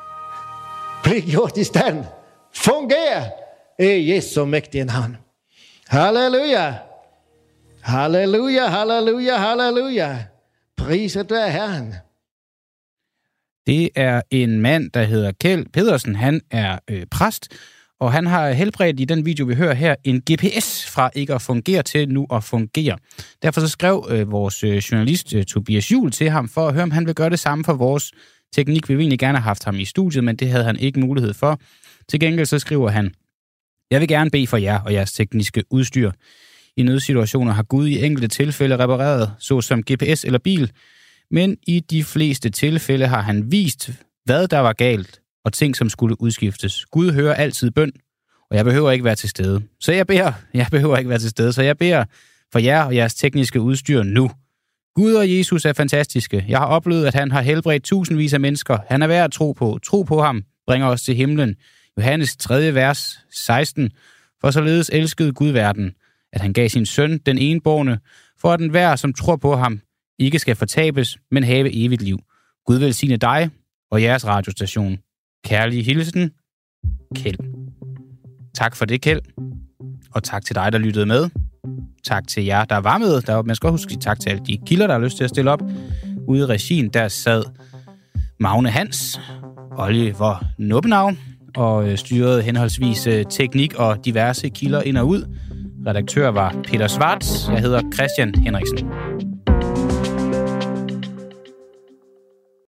Bliv gjort i stand. Funger i Jesu mægtige navn. Halleluja. Halleluja, halleluja, halleluja. Priset være Herren. Det er en mand, der hedder Kjeld Pedersen. Han er præst, og han har helbredt i den video, vi hører her, en GPS fra ikke at fungere til nu at fungere. Derfor så skrev vores journalist Tobias Juhl til ham for at høre, om han vil gøre det samme for vores teknik. Vi ville egentlig gerne have haft ham i studiet, men det havde han ikke mulighed for. Til gengæld så skriver han: Jeg vil gerne bede for jer og jeres tekniske udstyr. I nødsituationer har Gud i enkelte tilfælde repareret, såsom GPS eller bil, men i de fleste tilfælde har han vist, hvad der var galt, og ting, som skulle udskiftes. Gud hører altid bøn, og jeg behøver ikke være til stede. Så jeg beder for jer og jeres tekniske udstyr nu. Gud og Jesus er fantastiske. Jeg har oplevet, at han har helbredt tusindvis af mennesker. Han er værd at tro på. Tro på ham bringer os til himlen. Johannes 3. vers 16. For således elskede Gud verden, at han gav sin søn, den enbårne, for at enhver, som tror på ham, ikke skal fortabes, men have evigt liv. Gud velsigne dig og jeres radiostation. Kærlig hilsen, Kjeld. Tak for det, Kjeld. Og tak til dig, der lyttede med. Tak til jer, der var med. Man skal huske tak til alle de kilder, der har lyst til at stille op. Ude i regien, der sad Magne Hans, Oliver Nubbenau, og styrede henholdsvis teknik og diverse kilder ind og ud. Redaktør var Peter Schwartz. Jeg hedder Christian Henriksen.